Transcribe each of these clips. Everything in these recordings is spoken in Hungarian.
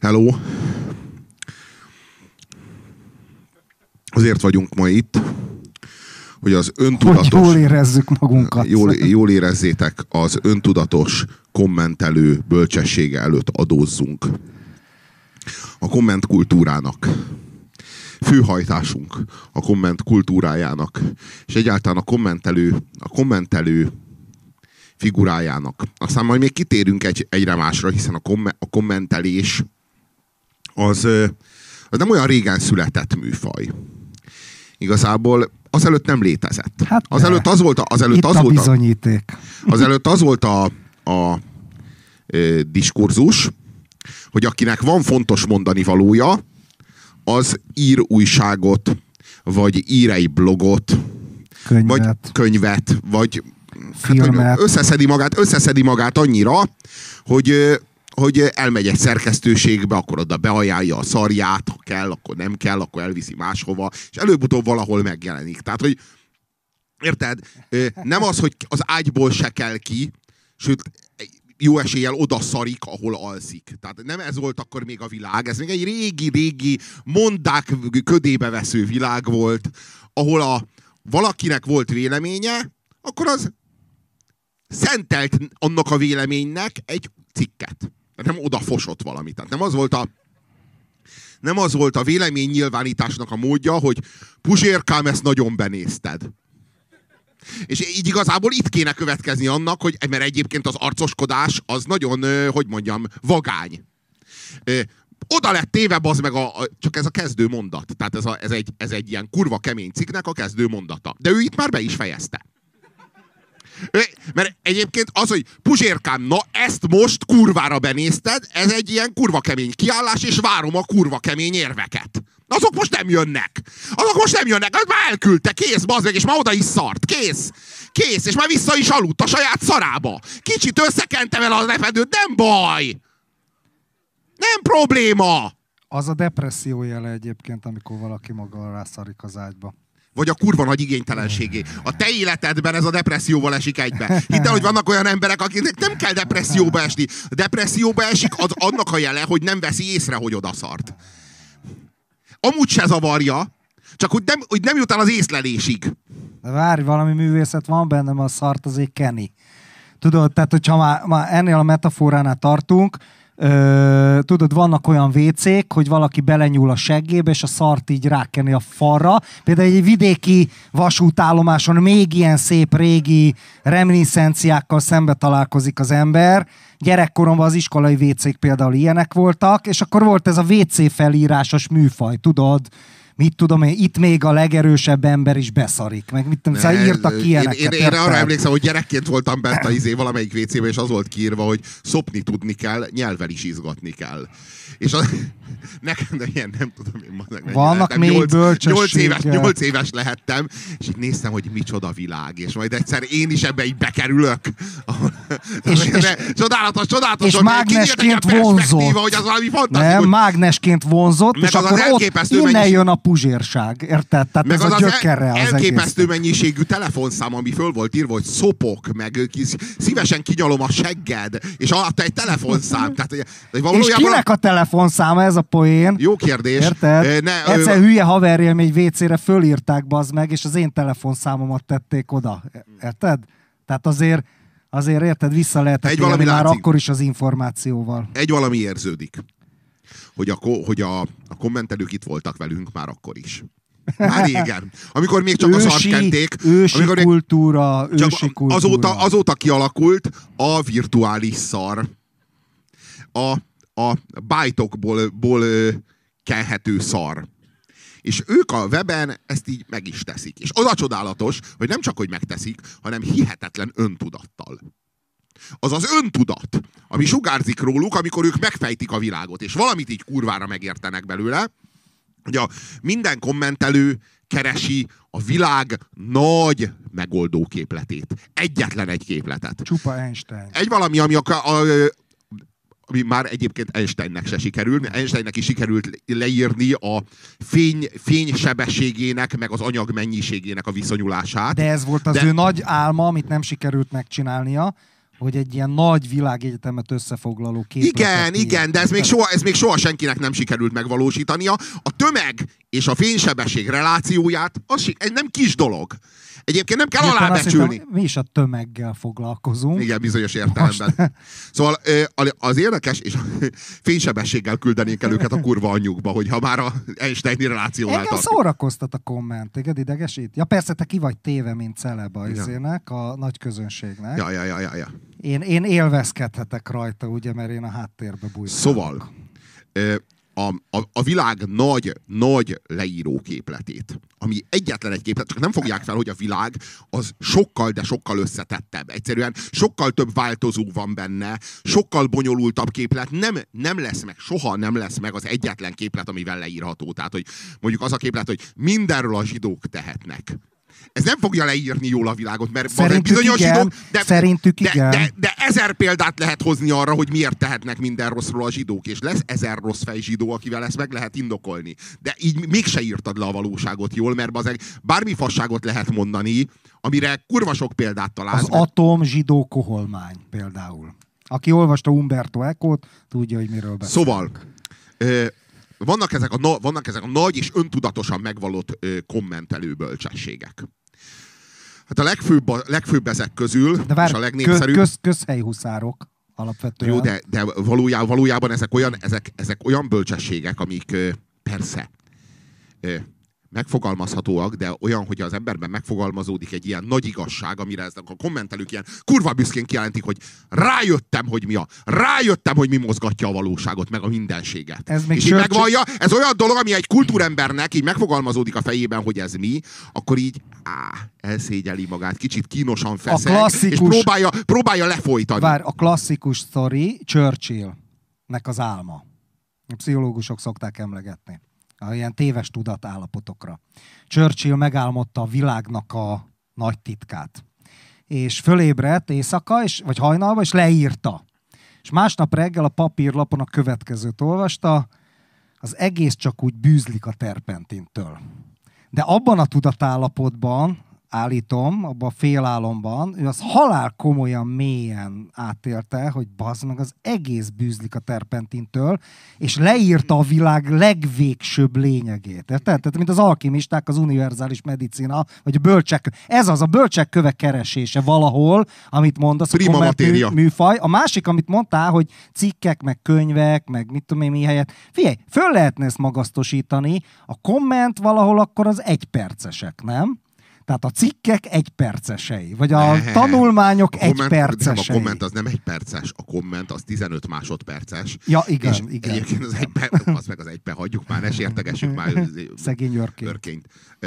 Hello! Azért vagyunk ma itt, hogy az öntudatos... Hogy jól érezzük magunkat. Jól érezzétek, az öntudatos kommentelő bölcsessége előtt adózzunk. A komment kultúrának. Főhajtásunk a komment kultúrájának. És egyáltalán a kommentelő figurájának. Aztán majd még kitérünk egyre másra, hiszen a kommentelés az nem olyan régen született műfaj. Igazából azelőtt nem létezett. Hát azelőtt az volt a bizonyíték. Azelőtt az volt a diskurzus, hogy akinek van fontos mondani valója, az ír újságot, vagy ír egy blogot, vagy könyvet, vagy filmet. Összeszedi magát annyira, hogy elmegy egy szerkesztőségbe, akkor oda beajánlja a szarját, ha kell, akkor nem kell, akkor elviszi máshova, és előbb-utóbb valahol megjelenik. Tehát, hogy érted? Nem az, hogy az ágyból se kell ki, sőt, jó eséllyel oda szarik, ahol alszik. Tehát nem ez volt akkor még a világ, ez még egy régi, mondák ködébe vesző világ volt, ahol valakinek volt véleménye, akkor az szentelt annak a véleménynek egy cikket. Nem oda fosott valamit. Tehát nem az volt a vélemény nyilvánításnak a módja, hogy Puzsérkám, ezt nagyon benézted. És így igazából itt kéne következni annak, hogy, mert egyébként az arcoskodás az nagyon, vagány. Oda lett téve, bazd meg, csak ez a kezdő mondat. Tehát ez egy ilyen kurva kemény cikknek a kezdő mondata. De ő itt már be is fejezte. Mert egyébként az, hogy Puzsérkám, na ezt most kurvára benézted, ez egy ilyen kurva kemény kiállás, és várom a kurva kemény érveket. Azok most nem jönnek. Az már elküldte, kész, bazd meg, és már oda is szart. Kész, és már vissza is aludt a saját szarába. Kicsit összekente vele a lepedőt, nem baj. Nem probléma. Az a depresszió jele egyébként, amikor valaki maga rászarik az ágyba. Vagy a kurva nagy igénytelenségé. A te életedben ez a depresszióval esik egybe. Hidd el, hogy vannak olyan emberek, akiknek nem kell depresszióba esni. A depresszióba esik az annak a jele, hogy nem veszi észre, hogy odaszart. Amúgy se zavarja, csak hogy nem jut el az észlelésig. De várj, valami művészet van bennem, a szart azért keni. Tudod, tehát hogyha már ennél a metaforánál tartunk, tudod, vannak olyan vécék, hogy valaki belenyúl a seggébe, és a szart így rákeni a falra. Például egy vidéki vasútállomáson még ilyen szép régi reminiszenciákkal szembe találkozik az ember. Gyerekkoromban az iskolai vécék például ilyenek voltak, és akkor volt ez a WC felírásos műfaj, tudod? Mit tudom én, itt még a legerősebb ember is beszarik. Meg mit tudom, szóval írtak ilyeneket. Én arra emlékszem, hogy gyerekként voltam bent valamelyik WC-ben, és az volt kiírva, hogy szopni tudni kell, nyelvvel is izgatni kell. És nekem, de ilyen nem tudom én. Vannak még bölcsességek. 8 éves lehettem, és így néztem, hogy micsoda világ, és majd egyszer én is ebbe így bekerülök. Csodálatos, és mágnesként vonzott. Hogy az valami fantasztikus. Nem, mágnesként vonzott, és akkor ott innen jön a puzsérság. Érted? Tehát meg ez a gyökere az elképesztő mennyiségű telefonszám, ami föl volt írva, hogy szopok, meg szívesen kinyalom a segged, és alatta egy telefonszám. Tehát, és kinek a telefonszáma, ez a poén? Jó kérdés. Érted? Egyszer hülye haverjaim egy WC-re fölírták, bazd meg, és az én telefonszámomat tették oda. Érted? Tehát azért érted, vissza lehetett élni már akkor is az információval. Egy valami érződik. Hogy a kommentelők itt voltak velünk már akkor is. Már régen. Amikor még csak a szart kenték. Ősi kultúra. Azóta kialakult a virtuális szar. A bájtokból kenhető szar. És ők a weben ezt így meg is teszik. És az a csodálatos, hogy nem csak, hogy megteszik, hanem hihetetlen öntudattal. Az az öntudat, ami sugárzik róluk, amikor ők megfejtik a világot, és valamit így kurvára megértenek belőle, hogy minden kommentelő keresi a világ nagy megoldó képletét. Egyetlen egy képletet. Csupa Einstein. Egy valami, ami már egyébként Einsteinnek se sikerült. Einsteinnek is sikerült leírni a fény sebességének, meg az anyag mennyiségének a viszonyulását. De ez volt az ő nagy álma, amit nem sikerült megcsinálnia, hogy egy ilyen nagy világegyetemet összefoglaló képletet. Igen, de ez még soha senkinek nem sikerült megvalósítania. A tömeg és a fénysebesség relációját, az nem kis dolog. Egyébként nem kell alábecsülni. Mi is a tömeggel foglalkozunk. Igen, bizonyos értelemben. Most. Szóval az érdekes, és a fénysebességgel küldenénk el őket a kurva anyjukba, hogyha már a Einsteini relációnál tartjuk. Engem szórakoztat a komment, téged idegesít? Ja persze, te ki vagy téve, mint celeb a izének, a nagy közönségnek. Ja. Én élvezkedhetek rajta, ugye, mert én a háttérbe bújtam. Szóval, a világ nagy leíró képletét, ami egyetlen egy képlet, csak nem fogják fel, hogy a világ az sokkal, de sokkal összetettebb. Egyszerűen sokkal több változó van benne, sokkal bonyolultabb képlet, nem lesz meg, soha nem lesz meg az egyetlen képlet, amivel leírható. Tehát, hogy mondjuk az a képlet, hogy mindenről a zsidók tehetnek. Ez nem fogja leírni jól a világot, mert bizonyos zsidók, de 1000 példát lehet hozni arra, hogy miért tehetnek minden rosszról a zsidók, és lesz 1000 rossz fej zsidó, akivel ezt meg lehet indokolni. De így mégse írtad le a valóságot jól, mert bármi fasságot lehet mondani, amire kurva sok példát találsz. Az atom zsidó koholmány például. Aki olvasta Umberto Ecót, tudja, hogy miről beszélünk. Szóval, vannak ezek a nagy és öntudatosan megvalott kommentelő bölcsességek. Hát a legfőbb ezek közül, de várj, és a legnépszerűbb... közhelyhuszárok alapvetően. Jó, de valójában ezek olyan bölcsességek, amik persze megfogalmazhatóak, de olyan, hogy az emberben megfogalmazódik egy ilyen nagy igazság, amire ezek a kommentelők ilyen kurva büszkén kijelentik, hogy rájöttem, hogy mi mozgatja a valóságot, meg a mindenséget. És így megvallja, ez olyan dolog, ami egy kultúrembernek így megfogalmazódik a fejében, hogy ez mi, akkor így elszégyeli magát, kicsit kínosan feszeg, és próbálja lefolytani. Vár, a klasszikus sztori Churchill-nek az álma. A pszichológusok szokták emlegetni. Ilyen téves tudatállapotokra. Churchill megálmodta a világnak a nagy titkát. És fölébredt éjszaka, vagy hajnalban, és leírta. És másnap reggel a papírlapon a következőt olvasta, az egész csak úgy bűzlik a terpentintől. De abban a tudatállapotban, állítom, abban a félálomban, ő az halál komolyan mélyen átélte, hogy bazd meg, az egész bűzlik a terpentintől, és leírta a világ legvégsőbb lényegét. Érted? Tehát, mint az alkimisták, az univerzális medicina, vagy a bölcsek. Ez az, a bölcsek köve keresése valahol, amit mondasz, prima matéria. Műfaj. A másik, amit mondtál, hogy cikkek, meg könyvek, meg mit tudom én mi helyett. Figyelj, föl lehetne ezt magasztosítani, a komment valahol akkor az 1 percesek, nem? Tehát a cikkek 1 percesei, vagy a tanulmányok 1 percesei. A komment az nem 1 perces, a komment az 15 másodperces. Ja, igen. Egyébként az meg az 1 hagyjuk már, ne sértegessük már. Szegény őrkényt.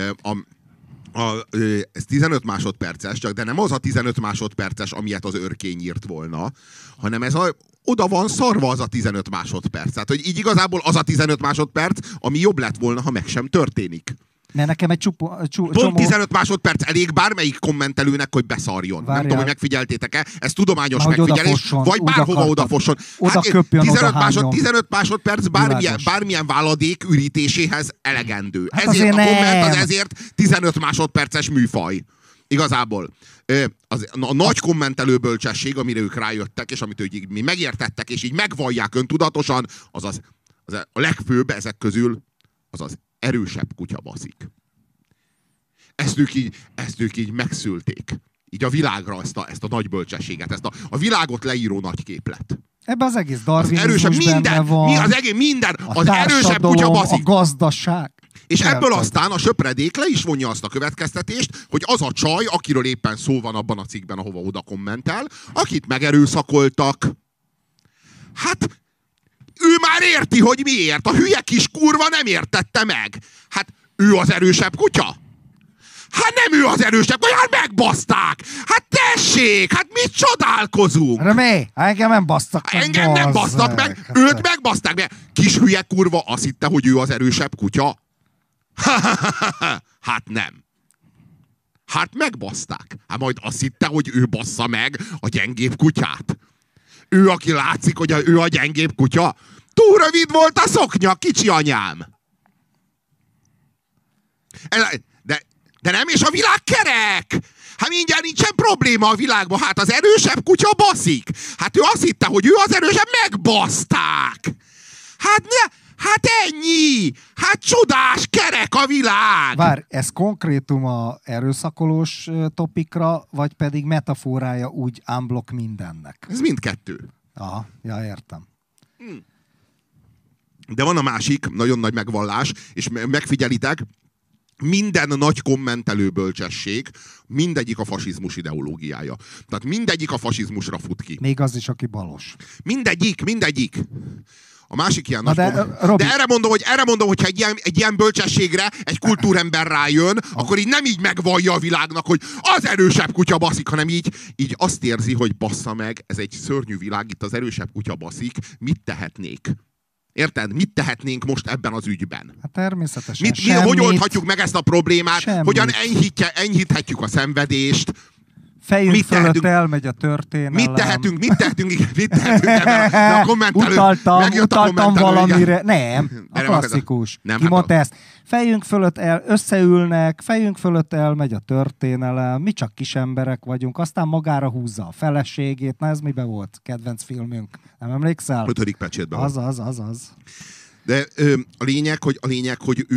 Ez 15 másodperces, de nem az a 15 másodperces, amilyet az őrkény írt volna, hanem oda van szarva az a 15 másodperc. Tehát, hogy így igazából az a 15 másodperc, ami jobb lett volna, ha meg sem történik. Mert nekem egy Pont 15 másodperc elég bármelyik kommentelőnek, hogy beszarjon. Várjál. Nem tudom, hogy megfigyeltétek-e. Ez tudományos megfigyelés. Vagy bárhova odafosson. Oda köpjön, 15 másodperc bármilyen váladék ürítéséhez elegendő. Hát ezért a komment az ezért 15 másodperces műfaj. Igazából. A nagy kommentelő bölcsesség, amire ők rájöttek, és amit ők mi megértettek, és így megvallják öntudatosan, az a legfőbb ezek közül, az erősebb kutya baszik. Ezt ők így megszülték. Így a világra ezt a nagy bölcsességet, a világot leíró nagy képlet. Ebben az egész darwinizmus benne van. Az erősebb kutya baszik. A gazdaság. És ebből aztán a söpredék le is vonja azt a következtetést, hogy az a csaj, akiről éppen szó van abban a cikkben, ahova oda kommentál, akit megerőszakoltak. Hát ő már érti, hogy miért. A hülye kis kurva nem értette meg. Hát ő az erősebb kutya? Hát nem ő az erősebb kutya, hát megbaszták. Hát tessék, hát mit csodálkozunk? Remé, engem nem basztak meg. Engem nem basztak meg, őt megbaszták meg. Kis hülye kurva azt hitte, hogy ő az erősebb kutya? Hát nem. Hát megbaszták. Hát majd azt hitte, hogy ő bassza meg a gyengébb kutyát. Ő, aki látszik, hogy ő a gyengébb kutya. Túl rövid volt a szoknya, kicsi anyám. De nem, és a világ kerek! Hát mindjárt nincsen probléma a világban. Hát az erősebb kutya baszik. Hát ő azt hitte, hogy ő az erősebb, megbaszták. Hát ennyi! Hát csodás, kerek a világ! Várj, ez konkrétum a erőszakolós topikra, vagy pedig metaforája úgy unblock mindennek? Ez mindkettő. Aha, ja, értem. De van a másik, nagyon nagy megvallás, és megfigyelitek, minden nagy kommentelő bölcsesség, mindegyik a fasizmus ideológiája. Tehát mindegyik a fasizmusra fut ki. Még az is, aki balos. Mindegyik. A másik ilyen de erre mondom, hogyha egy ilyen bölcsességre egy kultúrember rájön, akkor így nem így megvallja a világnak, hogy az erősebb kutya baszik, hanem így azt érzi, hogy bassza meg, ez egy szörnyű világ, itt az erősebb kutya baszik, mit tehetnék? Érted? Mit tehetnénk most ebben az ügyben? Hát természetesen. Hogy oldhatjuk meg ezt a problémát? Semmit. Hogyan enyhíthetjük a szenvedést? Fejünk fölött elmegy a történelem. Mit tehetünk ebben a kommentelő? Utaltam valamire. Nem, a klasszikus. Ki mondta ezt? Fejünk fölött összeülnek, fejünk fölött elmegy a történelem, mi csak kis emberek vagyunk, aztán magára húzza a feleségét. Na ez miben volt? Kedvenc filmünk. Nem emlékszel? 5. pecsétben. Az. De a lényeg, hogy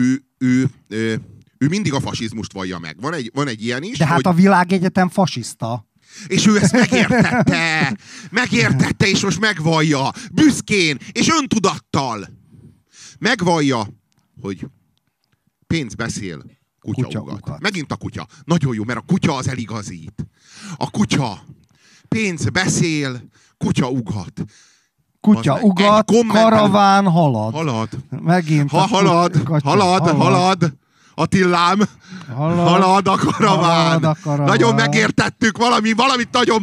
ő mindig a fasizmust vallja meg. Van egy ilyen is. De hát a világegyetem fasiszta. És ő ezt megértette, és most megvallja. Büszkén, és öntudattal. Megvallja, hogy pénz beszél, kutya ugat. Megint a kutya. Nagyon jó, mert a kutya az eligazít. A kutya pénz beszél, kutya ugat. Kutya ugat, karaván halad. Megint halad. Attillám, halad a karaván. Nagyon megértettük, valamit nagyon,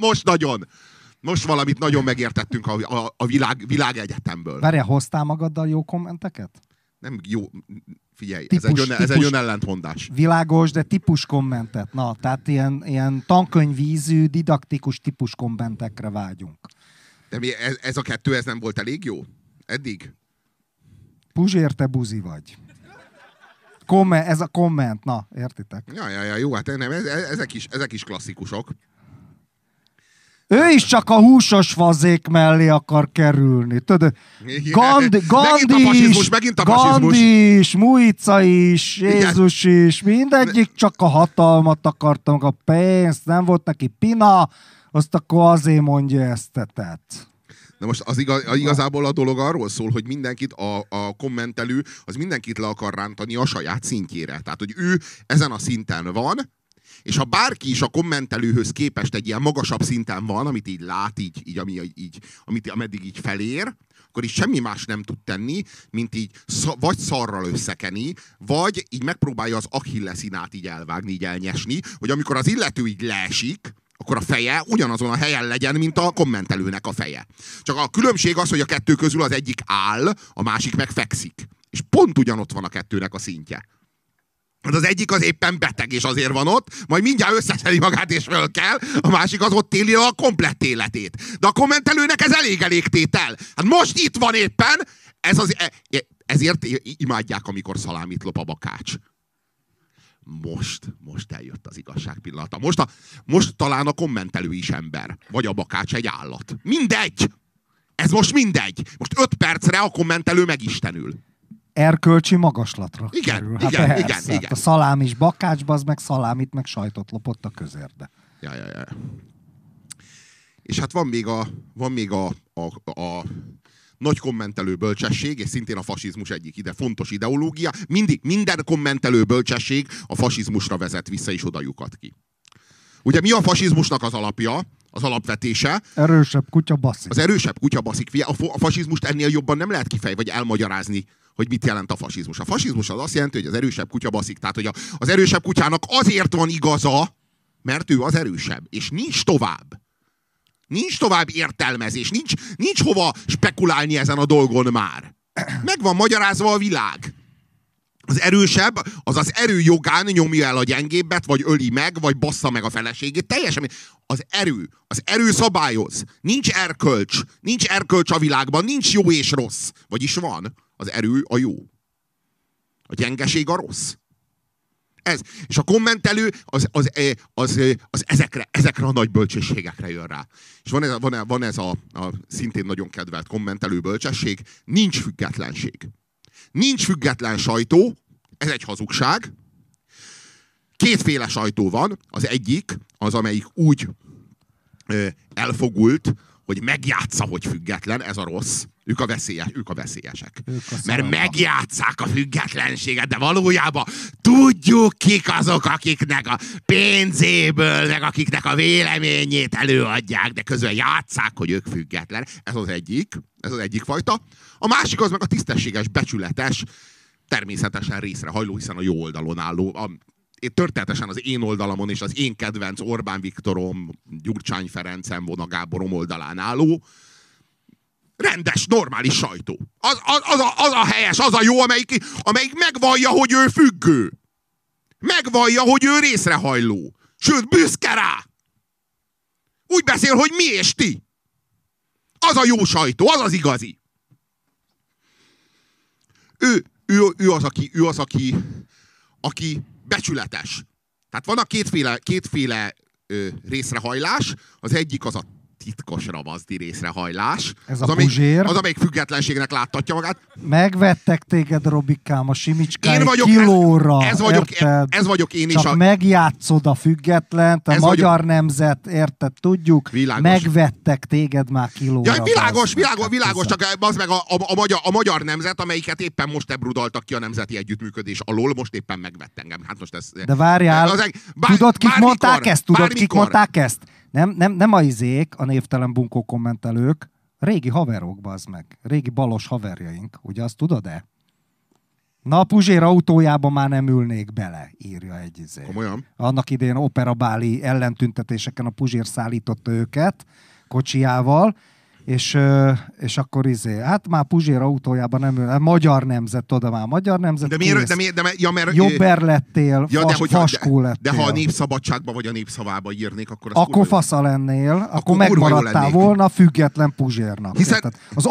most valamit nagyon megértettünk a világegyetemből. Várjál, hoztál magaddal jó kommenteket? Nem jó, figyelj, ez egy önellentmondás. Világos, de típus kommentet. Na, tehát ilyen tankönyvízű, didaktikus típus kommentekre vágyunk. De ez a kettő, ez nem volt elég jó? Eddig? Puzsér, te buzi vagy. Ez a komment, na, értitek? Ja, jó, hát nem, ezek is klasszikusok. Ő is csak a húsos fazék mellé akar kerülni. Tudod, Gandhi is, Mujica is, Jézus is, mindegyik csak a hatalmat akarta, a pénzt, nem volt neki pina, azt akkor azért mondja ezt tetett. Na most igazából a dolog arról szól, hogy mindenkit, a kommentelő, az mindenkit le akar rántani a saját szintjére. Tehát, hogy ő ezen a szinten van, és ha bárki is a kommentelőhöz képest egy ilyen magasabb szinten van, amit így lát, amit ameddig így felér, akkor is semmi más nem tud tenni, mint így vagy szarral összekeni, vagy így megpróbálja az Achilleszínát így elvágni, így elnyesni, hogy amikor az illető így leesik, akkor a feje ugyanazon a helyen legyen, mint a kommentelőnek a feje. Csak a különbség az, hogy a kettő közül az egyik áll, a másik meg fekszik. És pont ugyanott van a kettőnek a szintje. Az egyik az éppen beteg, és azért van ott, majd mindjárt összeszedi magát, és föl kell, a másik az ott éli a komplett életét. De a kommentelőnek ez elég tétel. Hát most itt van éppen, ezért imádják, amikor szalámit lop a bakács. Most eljött az igazság pillanata. Most talán a kommentelő is ember. Vagy a bakács egy állat. Mindegy! Ez most mindegy. Most 5 percre a kommentelő megistenül. Erkölcsi magaslatra kerül. Igen. A szalám is bakácsba, az meg szalámit, meg sajtot lopott a közérbe. Ja. És hát van még a nagy kommentelő bölcsesség, és szintén a fasizmus egyik ide fontos ideológia. Minden kommentelő bölcsesség a fasizmusra vezet vissza, és oda lyukat ki. Ugye mi a fasizmusnak az alapja, az alapvetése? Erősebb kutya baszik. Az erősebb kutya baszik. A fasizmust ennél jobban nem lehet kifejni, vagy elmagyarázni, hogy mit jelent a fasizmus. A fasizmus az azt jelenti, hogy az erősebb kutya baszik. Tehát, hogy az erősebb kutyának azért van igaza, mert ő az erősebb. És nincs tovább. Nincs tovább értelmezés, nincs hova spekulálni ezen a dolgon már. Meg van magyarázva a világ. Az erősebb, az erő jogán nyomja el a gyengébbet, vagy öli meg, vagy bassza meg a feleségét. Teljesen. Az erő szabályoz. Nincs erkölcs a világban, nincs jó és rossz. Vagyis van. Az erő a jó. A gyengeség a rossz. Ez. És a kommentelő az ezekre a nagy bölcsességekre jön rá. És van ez a szintén nagyon kedvelt kommentelő bölcsesség, nincs függetlenség. Nincs független sajtó, ez egy hazugság. Kétféle sajtó van. Az egyik, az amelyik úgy elfogult, hogy megjátsza, hogy független, ez a rossz. Ők a veszélyesek. Mert megjátsszák a függetlenséget, de valójában tudjuk, kik azok, akiknek a pénzéből, meg akiknek a véleményét előadják, de közben játsszák, hogy ők független. Ez az egyik fajta. A másik az meg a tisztességes, becsületes, természetesen részrehajló, hiszen a jó oldalon álló, történetesen az én oldalamon és az én kedvenc Orbán Viktorom, Gyurcsány Ferencem, Vona Gáborom oldalán álló rendes, normális sajtó. Az a helyes, az a jó, amelyik megvallja, hogy ő függő. Megvallja, hogy ő részrehajló. Sőt, büszke rá. Úgy beszél, hogy mi és ti. Az a jó sajtó, az az igazi. Ő az, aki becsületes. Tehát van a kétféle részrehajlás. Az egyik az a titkos ravaszdi részrehajlás. Ez a Puzsér. Az, amelyik függetlenségnek láttatja magát. Megvettek téged, Robikám, a Simicskái kilóra. Ez vagyok én is. Csak megjátszod a függetlent, a magyar nemzet, érted, tudjuk. Világos. Megvettek téged már kilóra. Ja, világos, csak az meg a magyar nemzet, amelyiket éppen most ebrudaltak ki a nemzeti együttműködés alól, most éppen megvett engem. Hát most ez... De várjál, tudod, kik mondták ezt? Kik mondták ezt? Nem a izék, a névtelen bunkó kommentelők, régi haverok, bazd meg. Régi balos haverjaink, ugye azt tudod-e? Na, a Puzsér autójába már nem ülnék bele, írja egy izé. Komolyan? Annak idején operabáli ellentüntetéseken a Puzsér szállította őket kocsijával, és akkor hát már Puzsér autójában nem ül, magyar nemzet, oda már magyar nemzet. De miért? Mert jobber lettél, faskó lettél. De ha a Népszabadságba vagy a Népszavába írnék, akkor fasza lennél, akkor megmaradtál volna független Puzsérnak. Az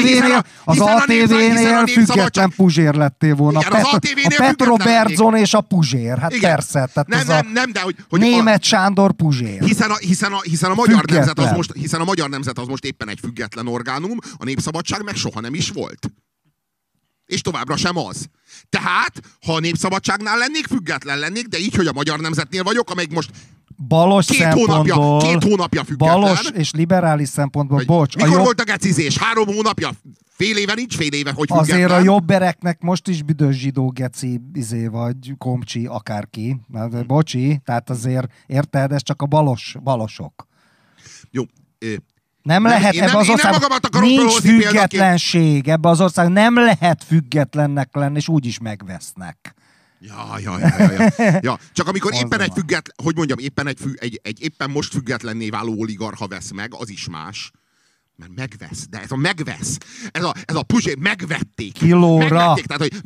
ATV-nél független Puzsér lettél volna. Igen, a Petro Berzon és a Puzsér. Hát igen. Persze. Nem, de hogy Németh Sándor Puzsér. Hiszen a magyar nemzet az most éppen egy független orgánum, a Népszabadság meg soha nem is volt. És továbbra sem az. Tehát, ha a Népszabadságnál lennék, független lennék, de így, hogy a magyar nemzetnél vagyok, amelyik most balos két hónapja független. Balos és liberális szempontból, bocs. Mikor volt a gecizés? 3 hónapja? Fél éve nincs, fél éve, hogy független. Azért a jobbereknek most is büdös zsidó geci, vagy komcsi, akárki. Bocsi, tehát azért érted, ez csak a balosok. Jó. Nem lehet ebbe az országban, nincs függetlenség ebbe az országban, nem lehet függetlennek lenni, és úgyis megvesznek. Ja. Csak amikor éppen egy éppen most függetlenné váló oligarcha vesz meg, az is más. Mert megvesz, de ez a megvesz. Ez a Puzsér, megvették. Kilóra. Megvették. Tehát, hogy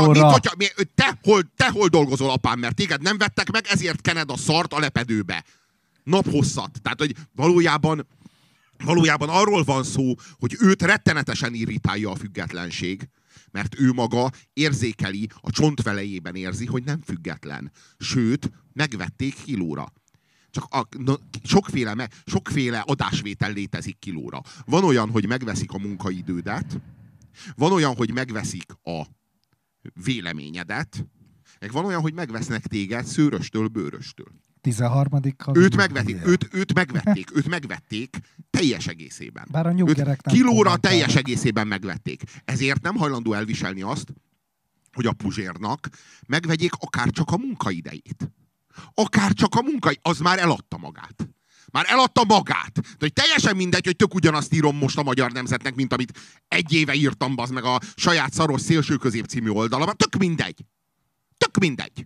te hol dolgozol, apám, mert téged nem vettek meg, ezért kened a szart a lepedőbe. Naphosszat. Tehát, hogy valójában arról van szó, hogy őt rettenetesen irritálja a függetlenség, mert ő maga érzékeli, a csontvelejében érzi, hogy nem független. Sőt, megvették kilóra. Csak sokféle adásvétel létezik kilóra. Van olyan, hogy megveszik a munkaidődet, van olyan, hogy megveszik a véleményedet, meg van olyan, hogy megvesznek téged szőröstől, bőröstől. 13. Őt megvették teljes egészében. Bár a nyuggerek nem kilóra teljes egészében megvették. Ezért nem hajlandó elviselni azt, hogy a Puzsérnak megvegyék akár csak a munkaidejét. Akár csak a az már eladta magát. De hogy teljesen mindegy, hogy tök ugyanazt írom most a Magyar Nemzetnek, mint amit 1 éve írtam bazd meg a saját szaros szélsőközép című oldalon. Tök mindegy.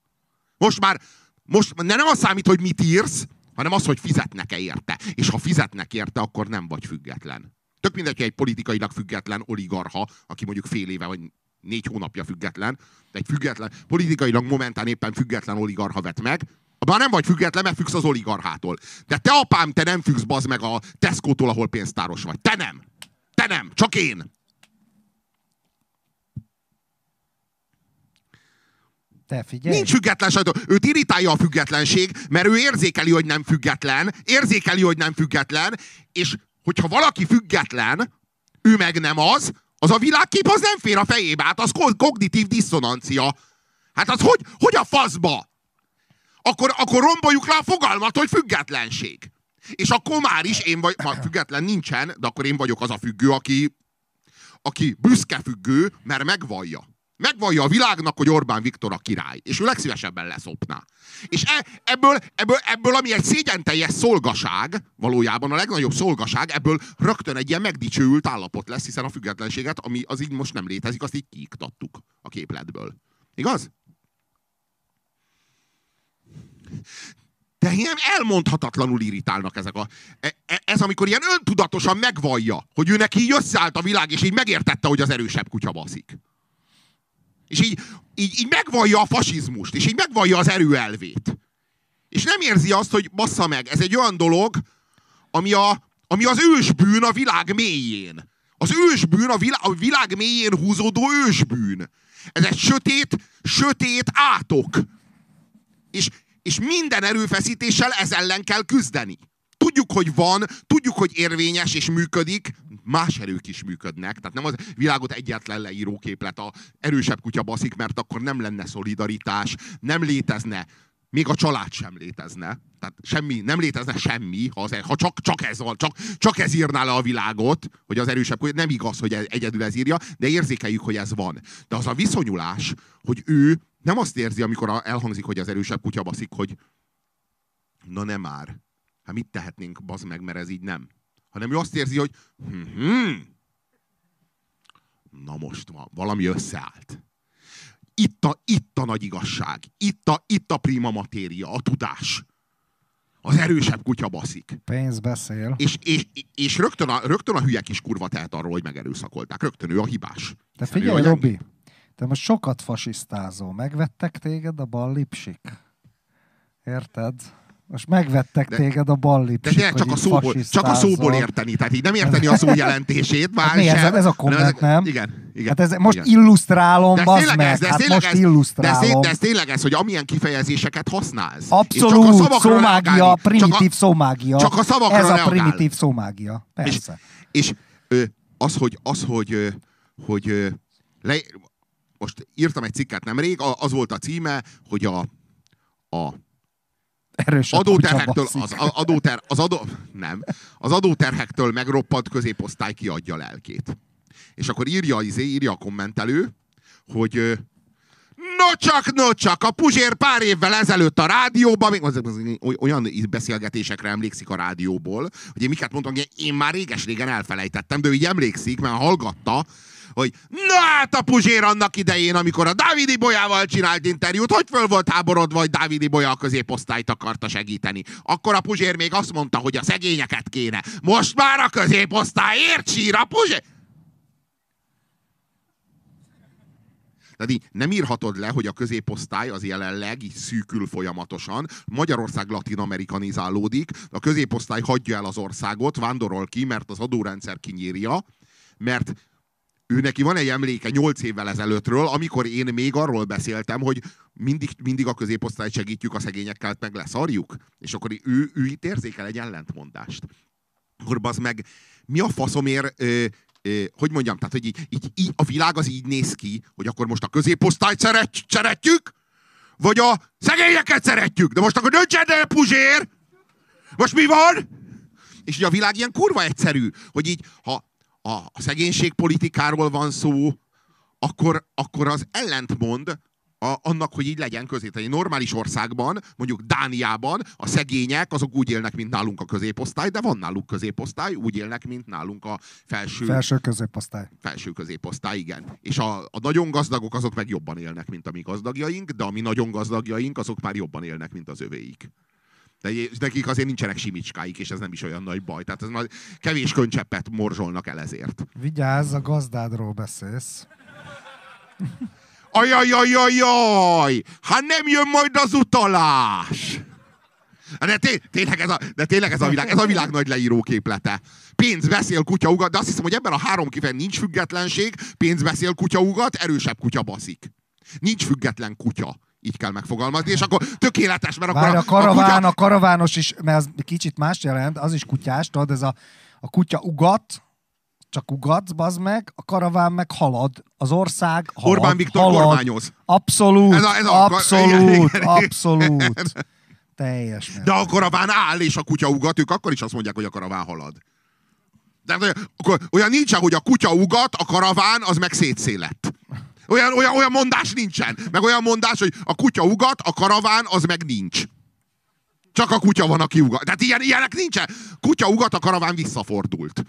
Most nem az számít, hogy mit írsz, hanem az, hogy fizetnek-e érte. És ha fizetnek érte, akkor nem vagy független. Tök mindegy, hogy egy politikailag független oligarcha, aki mondjuk fél éve vagy 4 hónapja független, de egy független, politikailag momentán éppen független oligarcha vett meg, abban nem vagy független, mert függsz az oligarchától. De te, apám, te nem függsz bazd meg a Tesco-tól, ahol pénztáros vagy. Te nem, csak én. Te figyelj. Nincs független sajtó. Őt irritálja a függetlenség, mert ő érzékeli, hogy nem független, és hogyha valaki független, ő meg nem az a világkép az nem fér a fejébe. Hát az kognitív disszonancia. Hát az hogy a faszba? Akkor romboljuk le a fogalmat, hogy függetlenség. És akkor már is független nincsen, de akkor én vagyok az a függő, aki büszke függő, mert megvallja. Megvallja a világnak, hogy Orbán Viktor a király. És ő legszívesebben leszopná. És ebből, ami egy szégyenteljes szolgaság, valójában a legnagyobb szolgaság, ebből rögtön egy ilyen megdicsőült állapot lesz, hiszen a függetlenséget, ami az így most nem létezik, azt így kiiktattuk a képletből. Igaz? De ilyen elmondhatatlanul irritálnak ezek ez amikor ilyen öntudatosan megvallja, hogy ő neki így összeállt a világ, és így megértette, hogy az erősebb kutya baszik. És így megvallja a fasizmust, és így megvallja az erő elvét. És nem érzi azt, hogy bassza meg, ez egy olyan dolog, ami az ősbűn a világ mélyén. Az ősbűn a világ mélyén húzódó ősbűn. Ez egy sötét átok. És minden erőfeszítéssel ez ellen kell küzdeni. Tudjuk, hogy van, tudjuk, hogy érvényes és működik, más erők is működnek. Tehát nem az világot egyetlen leíró képlet, a erősebb kutya baszik, mert akkor nem lenne szolidaritás, nem létezne, még a család sem létezne. Tehát nem létezne semmi, ha csak ez van, csak ez írná le a világot, hogy az erősebb kutya, nem igaz, hogy egyedül ez írja, de érzékeljük, hogy ez van. De az a viszonyulás, hogy ő nem azt érzi, amikor elhangzik, hogy az erősebb kutya baszik, hogy na nem már. Hát mit tehetnénk, bazd meg, mert ez így nem. Hanem ő azt érzi, hogy na most van, valami összeállt. Itt a nagy igazság. Itt a prima matéria, a tudás. Az erősebb kutya baszik. Pénz beszél. És rögtön a hülye kis kurva tehet arról, hogy megerőszakolták. Rögtön ő a hibás. De figyelj, Robi, te most sokat fasisztázol. Megvettek téged a ballipsik? Érted? Most megvettek téged a ballipsik, de csak a szóból érteni. Tehát így nem érteni a szó jelentését. Ez a komment, nem? Igen. Hát most illusztrálom, bazd meg. De ez tényleg ez, hogy amilyen kifejezéseket használsz. Abszolút, szómágia, primitív szómágia. Csak a szavakra ez reagál. a primitív szómágia. Persze. És most írtam egy cikket nemrég, az volt a címe, hogy a az adóterhektől megroppant középosztály kiadja lelkét. És akkor írja a kommentelő, hogy no csak, a Puzsér pár évvel ezelőtt a rádióban, még olyan beszélgetésekre emlékszik a rádióból, hogy én miket mondtam, hogy én már réges-régen elfelejtettem, de ő így emlékszik, mert hallgatta, hogy na hát a Puzsér annak idején, amikor a Dávid Ibolyával csinált interjút, hogy föl volt háborodva, hogy Dávid Ibolya a középosztályt akarta segíteni. Akkor a Puzsér még azt mondta, hogy a szegényeket kéne. Most már a középosztályért sír a Puzsér. Tehát így nem írhatod le, hogy a középosztály az jelenleg így szűkül folyamatosan. Magyarország latin-amerikanizálódik, a középosztály hagyja el az országot, vándorol ki, mert az adórendszer kinyírja, mert ő neki van egy emléke 8 évvel ezelőttről, amikor én még arról beszéltem, hogy mindig a középosztályt segítjük, a szegényekkel meg leszarjuk. És akkor ő itt érzékel egy ellentmondást. Akkor bazd meg, mi a faszomért, hogy mondjam, tehát hogy így a világ az így néz ki, hogy akkor most a középosztályt szeretjük, vagy a szegényeket szeretjük. De most akkor döntsed el, Puzsér! Most mi van? És így a világ ilyen kurva egyszerű, hogy így, ha a szegénységpolitikáról van szó, akkor az ellentmond annak, hogy így legyen közé. Egy normális országban, mondjuk Dániában a szegények azok úgy élnek, mint nálunk a középosztály, de van náluk középosztály, úgy élnek, mint nálunk a felső középosztály. Felső középosztály, igen. És a nagyon gazdagok azok meg jobban élnek, mint a mi gazdagjaink, de a mi nagyon gazdagjaink azok már jobban élnek, mint az övéik. De nekik azért nincsenek simicskáik, és ez nem is olyan nagy baj. Tehát ez már kevés könycseppet morzsolnak el ezért. Vigyázz, a gazdádról beszélsz. Ajajajajaj! Hát nem jön majd az utalás! De tényleg ez a világ nagy leíró képlete. Pénz beszél, kutya ugat, de azt hiszem, hogy ebben a 3 kifejezésben nincs függetlenség, pénz beszél, kutya ugat, erősebb kutya baszik. Nincs független kutya. Így kell megfogalmazni, és akkor tökéletes, mert akkor várj, a karavános is, mert az kicsit más jelent, az is kutyás, tudod, ez a kutya ugat, csak ugatsz, bazd meg, a karaván meg halad, az ország halad. Orbán Viktor kormányoz. Abszolút, abszolút, igen. abszolút. Teljes. De a karaván áll, és a kutya ugat, ők akkor is azt mondják, hogy a karaván halad. De olyan nincsen, hogy a kutya ugat, a karaván az meg szétszélett. Olyan mondás nincsen. Meg olyan mondás, hogy a kutya ugat, a karaván az meg nincs. Csak a kutya van, aki ugat. Tehát ilyenek nincsen. Kutya ugat, a karaván visszafordult.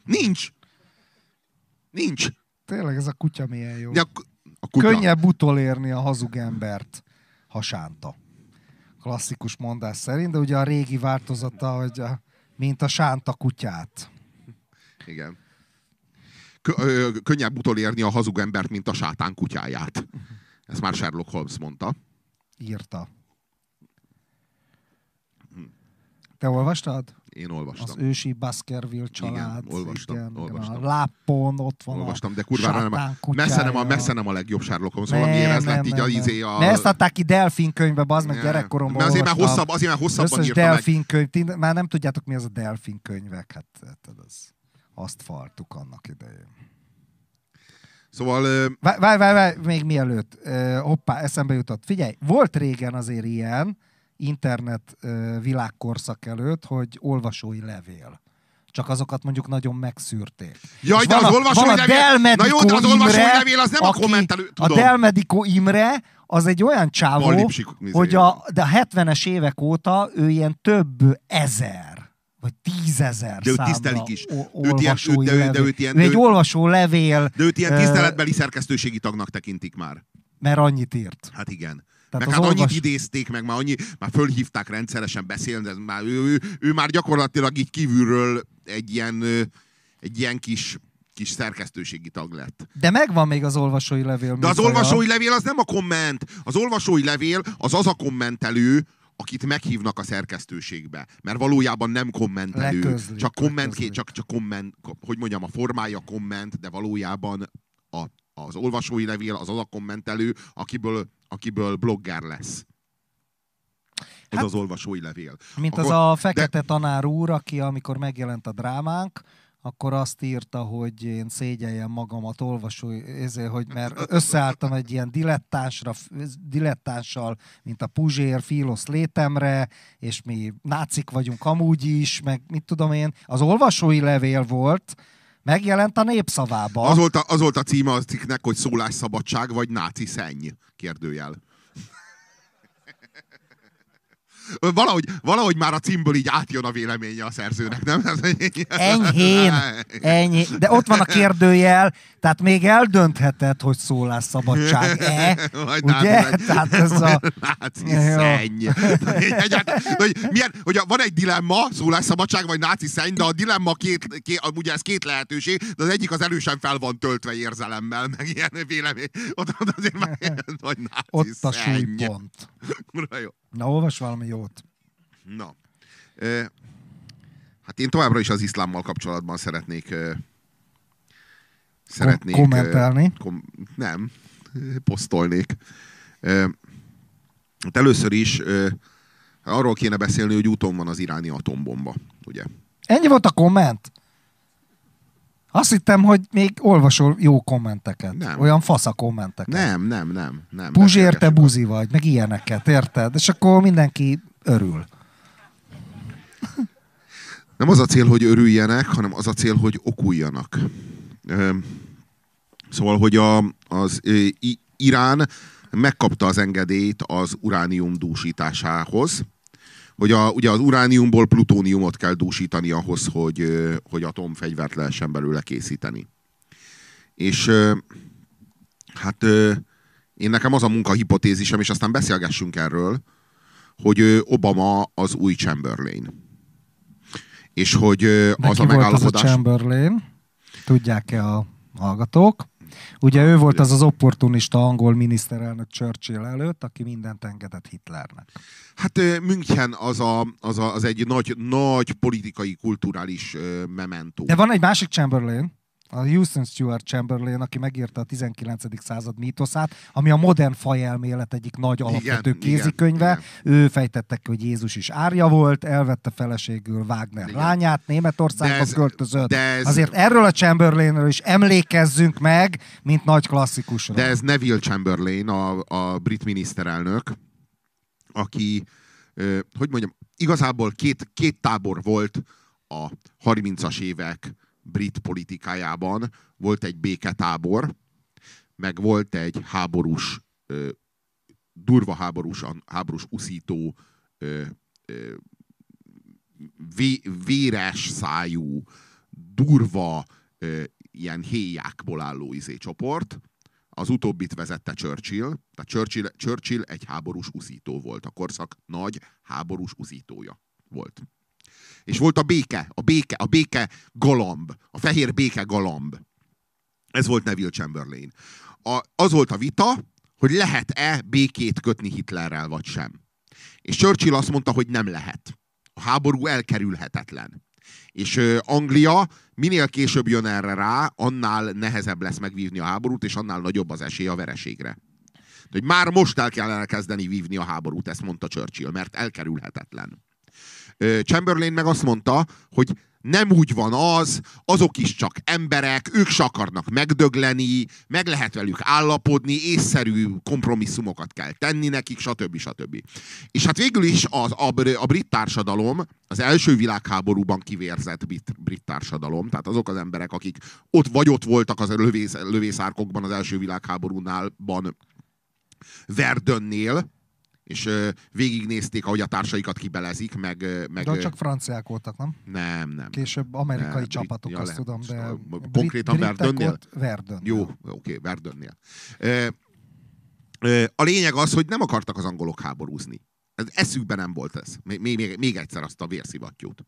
Nincs. Tényleg ez a kutya milyen jó. De a kutya... Könnyebb utolérni a hazug embert, ha sánta. Klasszikus mondás szerint, de ugye a régi változata, hogy mint a sánta kutyát. Igen. Könnyebb utolérni a hazug embert, mint a sátán kutyáját. Ezt már Sherlock Holmes mondta. Írta. Te olvastad? Én olvastam. Az ősi Baskerville család. Igen, olvastam. A lápon ott van olvastam, de kurvára nem messze nem a legjobb Sherlock Holmes. Valamiért ez lett így a... Ne ezt adták ki Delfin könyvbe, bazd meg, gyerekkoromban azért már hosszabban írta Delfin könyv, már nem tudjátok, mi az a Delfin könyvek. Hát azt faltuk annak idején. Szóval... Várj, még mielőtt. Hoppá, eszembe jutott. Figyelj, volt régen azért ilyen, internet világkorszak előtt, hogy olvasói levél. Csak azokat mondjuk nagyon megszűrték. Jaj, de az olvasói levél... Na jó, de az olvasói levél az nem a kommentelő... A Delmedico Imre az egy olyan csávó, hogy de a 70-es évek óta ő ilyen több ezer vagy 10 000 számra olvasói levél. Ő egy olvasó levél... De őt ilyen tiszteletbeli szerkesztőségi tagnak tekintik már. Mert annyit írt. Hát igen. Meg hát annyit idézték, meg már fölhívták rendszeresen beszélni, de ő már gyakorlatilag így kívülről egy ilyen kis szerkesztőségi tag lett. De megvan még az olvasói levél. De az olvasói levél az nem a komment. Az olvasói levél az a kommentelő, akit meghívnak a szerkesztőségbe. Mert valójában nem kommentelő. Leközlik, csak komment, hogy mondjam, a formája komment, de valójában az olvasói levél az a kommentelő, akiből blogger lesz. Az az olvasói levél. Mint akkor, az a fekete tanár úr, aki amikor megjelent a drámánk, akkor azt írta, hogy én szégyeljem magamat olvasói, mert összeálltam egy ilyen dilettánssal, mint a Puzsér, Filosz létemre, és mi nácik vagyunk amúgy is, meg mit tudom én. Az olvasói levél volt, megjelent a Népszavában. Az volt a címe a cikknek, hogy szólásszabadság vagy náci szenny? Kérdőjel. Valahogy már a címből így átjön a véleménye a szerzőnek, nem? Enyhén. De ott van a kérdőjel, tehát még eldöntheted, hogy szólásszabadság-e. Ugye? Tehát ez a... Náci szenny. Hogy van egy dilemma, szólásszabadság vagy náci szenny, de a dilemma ugye ez két lehetőség, de az egyik az erősen fel van töltve érzelemmel, meg ilyen vélemény. Ott azért már vagy náci ott szenny. A súlypont. Na, olvas valami jót. Na. Hát én továbbra is az iszlámmal kapcsolatban szeretnék kommentelni. Nem. Posztolnék. Hát először is arról kéne beszélni, hogy úton van az iráni atombomba. Ugye? Ennyi volt a komment? Azt hittem, hogy még olvasol jó kommenteket. Nem. Olyan fasz a kommenteket. Nem. Puzsér, te buzi vagy, meg ilyeneket, érted? És akkor mindenki örül. Nem az a cél, hogy örüljenek, hanem az a cél, hogy okuljanak. Szóval, hogy az Irán megkapta az engedélyt az uránium dúsításához, hogy ugye az urániumból plutóniumot kell dúsítani ahhoz, hogy atomfegyvert lehessen belőle készíteni. És hát én nekem az a munkahipotézisem, és aztán beszélgessünk erről, hogy Obama az új Chamberlain. És hogy az a megállapodás... volt az a Chamberlain? Tudják-e a hallgatók? Ugye ő volt az opportunista angol miniszterelnök Churchill előtt, aki mindent engedett Hitlernek. Hát München az egy nagy politikai, kulturális mementó. De van egy másik Chamberlain, A Houston Stewart Chamberlain, aki megírta a 19. század mítoszát, ami a modern fajelmélet egyik nagy alapvető kézikönyve. Igen. Ő fejtette ki, hogy Jézus is árja volt, elvette feleségül Wagner lányát, Németországba költözött. Azért erről a Chamberlainről is emlékezzünk meg, mint nagy klasszikusról. De ez Neville Chamberlain, a brit miniszterelnök, aki, hogy mondjam, igazából két tábor volt a 30-as évek brit politikájában. Volt egy béketábor, meg volt egy háborús, durva háborús uszító, véres szájú, durva, ilyen héjákból álló csoport. Az utóbbit vezette Churchill. Tehát Churchill egy háborús uszító volt. A korszak nagy háborús uszítója volt. És volt a béke galamb, a fehér béke galamb. Ez volt Neville Chamberlain. Az volt a vita, hogy lehet-e békét kötni Hitlerrel, vagy sem. És Churchill azt mondta, hogy nem lehet. A háború elkerülhetetlen. És Anglia minél később jön erre rá, annál nehezebb lesz megvívni a háborút, és annál nagyobb az esély a vereségre. De hogy már most el kell elkezdeni vívni a háborút, ezt mondta Churchill, mert elkerülhetetlen. Chamberlain meg azt mondta, hogy nem úgy van azok is csak emberek, ők se akarnak megdögleni, meg lehet velük állapodni, észszerű kompromisszumokat kell tenni nekik, stb. Stb. És hát végül is a brit társadalom, az első világháborúban kivérzett brit társadalom, tehát azok az emberek, akik ott voltak az lövészárkokban az első világháborúnálban, Verdunnél, és végignézték, ahogy a társaikat kibelezik, De csak franciák voltak, nem? Nem. Később amerikai csapatok, azt tudom, de... Konkrétan Verdunnél? Verdun. Jó, oké, Verdunnél. A lényeg az, hogy nem akartak az angolok háborúzni. Eszükben nem volt ez. Még egyszer azt a vérszivattyút.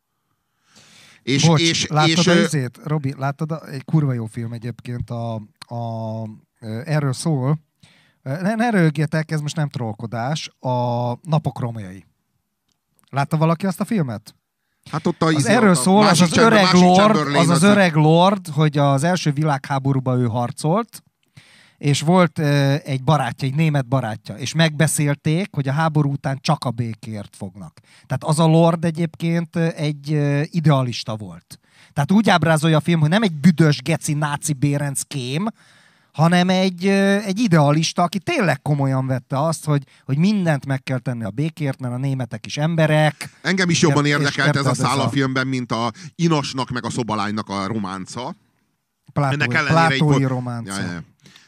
Láttad az izét? Robi, láttad? Egy kurva jó film egyébként erről szól. Ne röhögjetek, ez most nem trollkodás. A Napok romjai. Látta valaki azt a filmet? Hát ott erről szól, az öreg lord, hogy az első világháborúban ő harcolt, és volt egy barátja, egy német barátja, és megbeszélték, hogy a háború után csak a békért fognak. Tehát az a lord egyébként egy idealista volt. Tehát úgy ábrázolja a film, hogy nem egy büdös, geci, náci bérenc kém, hanem egy idealista, aki tényleg komolyan vette azt, hogy mindent meg kell tenni a békért, mert a németek is emberek. Engem is jobban érdekelt ez a szál a filmben, mint a Inosnak meg a szobalánynak a románca. Plátói románca. Ja.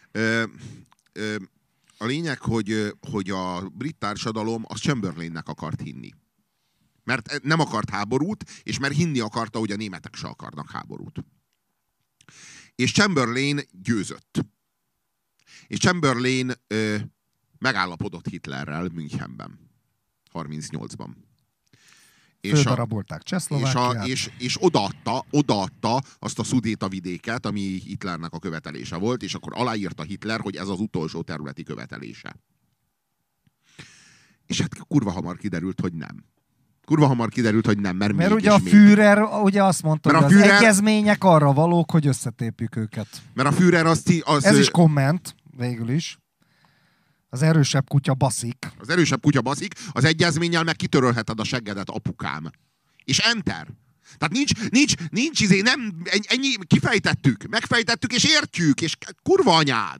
A lényeg, hogy a brit társadalom az Chamberlainnek akart hinni. Mert nem akart háborút, és mert hinni akarta, hogy a németek se akarnak háborút. És Chamberlain győzött. És Chamberlain megállapodott Hitlerrel Münchenben. 38-ban. Földarabolták Csehszlovákiát. És odaadta azt a Szudéta-vidéket, ami Hitlernek a követelése volt, és akkor aláírta Hitler, hogy ez az utolsó területi követelése. És hát kurva hamar kiderült, hogy nem. Mert ugye a Führer ugye azt mondta, hogy az egyezmények arra valók, hogy összetépjük őket. Mert a Führer Ez is komment, végül is. Az erősebb kutya baszik. Az egyezménnyel meg kitörölheted a seggedet, apukám. És enter. Tehát nincs nem, ennyi, megfejtettük, és értjük, és kurva anyád.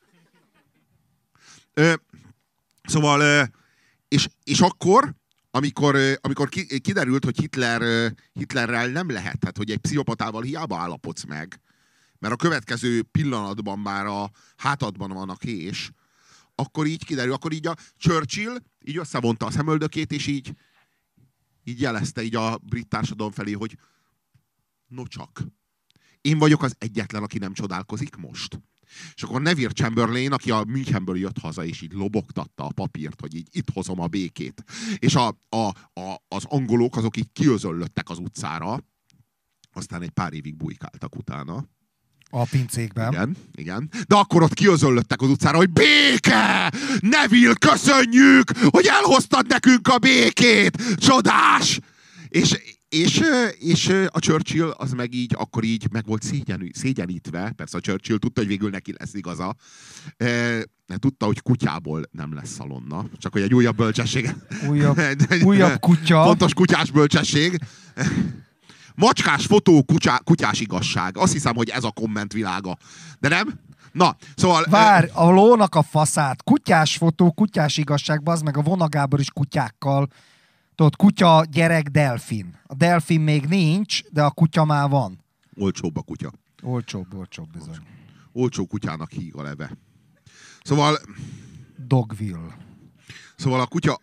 Szóval, és akkor, amikor kiderült, hogy Hitlerrel nem lehet, hát, hogy egy pszichopatával hiába állapodsz meg, mert a következő pillanatban már a hátadban van a kés, akkor így kiderül, akkor így a Churchill így összevonta a szemöldökét, és így jelezte így a brit társadalom felé, hogy no csak. Én vagyok az egyetlen, aki nem csodálkozik most. És akkor Neville Chamberlain, aki a Münchenből jött haza, és így lobogtatta a papírt, hogy így itt hozom a békét. És az angolok azok így kiözöllöttek az utcára, aztán egy pár évig bujkáltak utána. A pincékben. Igen. De akkor ott kiözöllöttek az utcára, hogy béke! Neville, köszönjük, hogy elhoztad nekünk a békét! Csodás! És a Churchill az meg így, akkor így meg volt szégyenítve, persze a Churchill tudta, hogy végül neki lesz igaza, tudta, hogy kutyából nem lesz szalonna, csak hogy egy újabb bölcsesség. Újabb kutya. Fontos kutyás bölcsesség. Macskás fotó, kutyás igazság. Azt hiszem, hogy ez a komment világa. De nem? Na, szóval... Várj, a lónak a faszát. Kutyás fotó, kutyás igazság, bazd meg a Vonagábor is kutyákkal. Tudod, kutya, gyerek, delfin. A delfin még nincs, de a kutya már van. Olcsóbb a kutya. Olcsóbb bizony. Olcsó kutyának híg a leve. Szóval... Dogville. Szóval a kutya...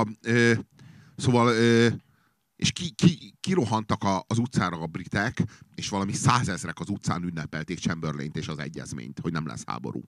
és kirohantak az utcára a britek, és valami 100 000 az utcán ünnepelték Chamberlaint és az egyezményt, hogy nem lesz háború.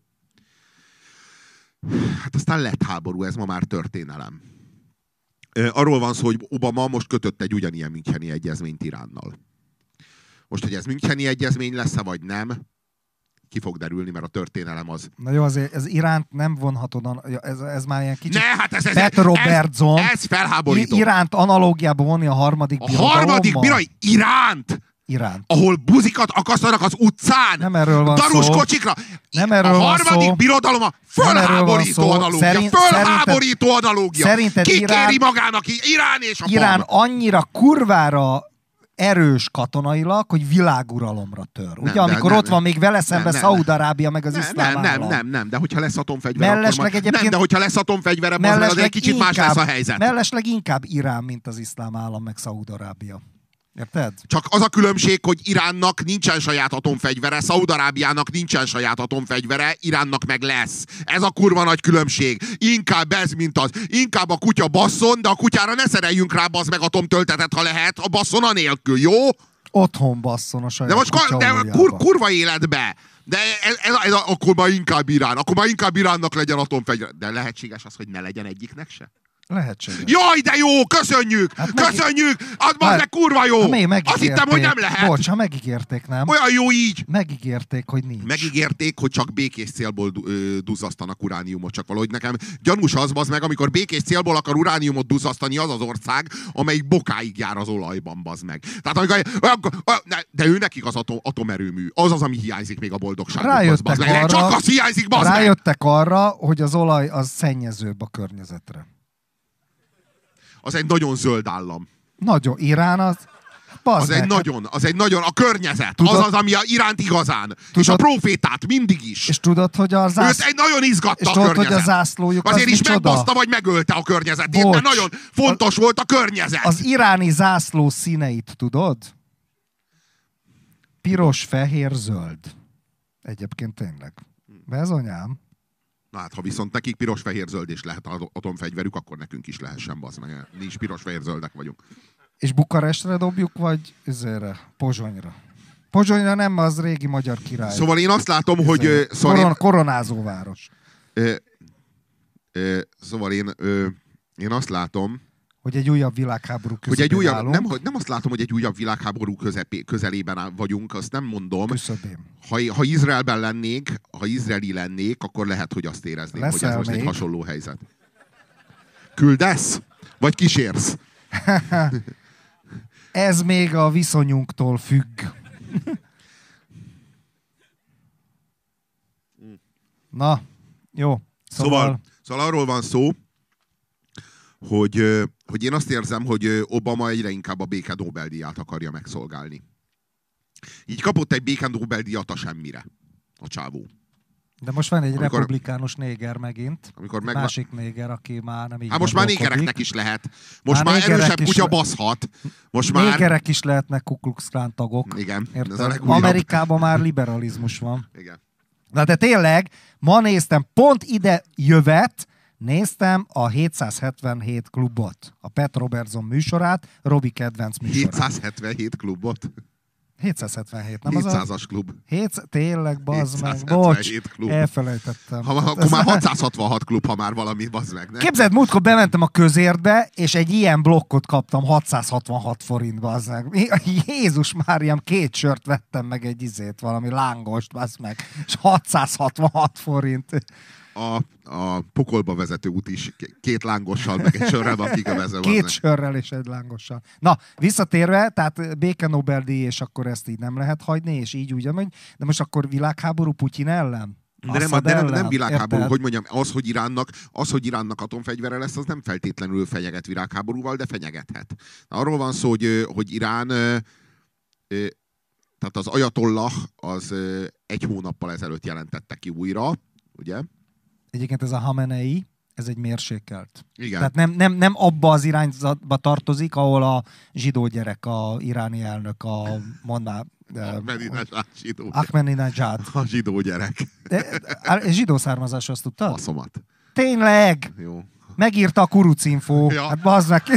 Hát aztán lett háború, ez ma már történelem. Arról van szó, hogy Obama most kötött egy ugyanilyen müncheni egyezményt Iránnal. Most, hogy ez müncheni egyezmény lesz-e, vagy nem, ki fog derülni, mert a történelem az... Na jó, azért ez Iránt nem vonhatod, ez már ilyen kicsit... Ne, hát Pat Robertson. Ez felháborító. Iránt analógiába vonni a harmadik birodalommal. A harmadik Iránt! Iránt. Ahol buzikat akasztanak az utcán. Nem erről van darus szó. kocsikra. Nem erről a van harmadik szó. birodalom a fölháborító analógia. Fölháborító analógia. Szerinted Ki Irán, kéri magának Irán és a Irán PAM? annyira kurvára erős katonailag, hogy világuralomra tör. Ugye, amikor ott van még vele szemben Szaúd-Arábia meg az iszlám állam. Nem, de hogyha lesz atomfegyvere, Mellesleg de hogyha lesz atomfegyvere, az egy kicsit más lesz a helyzet. Mellesleg inkább Irán, mint az iszlám állam meg Szaúd-Arábia. Érted? Csak az a különbség, hogy Iránnak nincsen saját atomfegyvere, Szaúd-Arábiának nincsen saját atomfegyvere, Iránnak meg lesz. Ez a kurva nagy különbség. Inkább ez, mint az. Inkább a kutya basszon, de a kutyára ne szereljünk rá, bazd meg atomtöltetet, ha lehet, a basszon anélkül, jó? Otthon basszon a saját kurva életbe. De akkor már inkább Irán. Akkor már inkább Iránnak legyen atomfegyver. De lehetséges az, hogy ne legyen egyiknek se? Lehetséges. Jaj, de jó! Köszönjük! Köszönjük! Az meg kurva jó! Azt hittem, hogy nem lehet. Bocs, ha megígérték, nem? Olyan jó így! Megígérték, hogy nincs. Megígérték, hogy csak békés célból duzzasztanak urániumot. Csak valahogy nekem gyanús az meg, amikor békés célból akar urániumot duzzasztani az az ország, amelyik bokáig jár az olajban, bazd meg. Tehát de ő nekik az atomerőmű. Az, ami hiányzik még a boldogságukhoz, csak az hiányzik, bazd meg! Rájöttek arra, hogy az olaj az szennyezőbb a környezetre. Az egy nagyon zöld állam. Nagyon. Irán az... Az egy nagyon, a környezet. Tudod, az, ami a Iránt igazán. Tudod, és a profétát mindig is. És tudod, hogy a Őt egy nagyon izgatta a környezet. Hogy a zászlójuk azért is megbaszta, vagy megölte a környezetét, mert nagyon fontos volt a környezet. Az iráni zászló színeit tudod? Piros, fehér, zöld. Egyébként tényleg. Bezonyám. Na hát, ha viszont nekik piros-fehér-zöld és lehet atomfegyverük, akkor nekünk is lehessen, bazd meg. Mi is piros-fehér-zöldek vagyunk. És Bukarestre dobjuk, vagy Pozsonyra? Pozsonyra nem, az régi magyar király. Szóval én azt látom, hogy... Koronázóváros. Szóval én azt látom... Hogy egy újabb világháború közepén állunk. Nem azt látom, hogy egy újabb világháború közelében vagyunk, azt nem mondom. Közepén. Ha Izraelben lennénk, ha izraeli lennék, akkor lehet, hogy azt érezném, hogy ez most egy hasonló helyzet. Küldesz? Vagy kísérsz? Ez még a viszonyunktól függ. Na, jó. Szóval arról van szó, hogy én azt érzem, hogy Obama egyre inkább a béke Nobel-díját akarja megszolgálni. Így kapott egy béke Nobel-díjat a semmire, a csávó. De most van egy republikánus néger megint. Másik néger, aki már nem így most már négereknek is lehet. Most már erősebb kutya baszhat. Négerek is lehetnek Ku Klux Klan tagok. Igen. Amerikában már liberalizmus van. Igen. Na de tényleg, ma néztem, pont ide jövet, néztem a 777 klubot. A Pat Robertson műsorát, Robi kedvenc műsorát. 777 klubot? 777, nem 700-as klub. Tényleg, bazd meg. Bocs, klub. Elfelejtettem. Akkor már 666 klub, ha már valami, bazd meg. Ne? Képzeld, múltkor bementem a közértbe, és egy ilyen blokkot kaptam 666 forint, bazd meg. Jézus Máriám, 2 sört vettem meg egy valami lángost, bazd meg. És 666 forint. a pokolba vezető út is 2 lángossal, meg egy sörrel van kikövezve. 2 sörrel és egy lángossal. Na, visszatérve, tehát béke Nobel-díj, és akkor ezt így nem lehet hagyni, és így ugyanúgy, de most akkor világháború Putyin ellen? De nem világháború, érted? Hogy mondjam, az, hogy Iránnak atomfegyvere lesz, az nem feltétlenül fenyeget világháborúval, de fenyegethet. Arról van szó, hogy Irán, tehát az ajatollah az 1 hónappal ezelőtt jelentette ki újra, ugye? Egyébként ez a Hamenei, ez egy mérsékelt. Igen. Tehát nem abba az irányzatba tartozik, ahol a zsidó gyerek, a iráni elnök, Ahmadinejad. A zsidó gyerek. Zsidó származás, azt tudtad? Faszomat. Tényleg! Jó. Megírta a Kurucinfo. Ja. Hát bazd meg.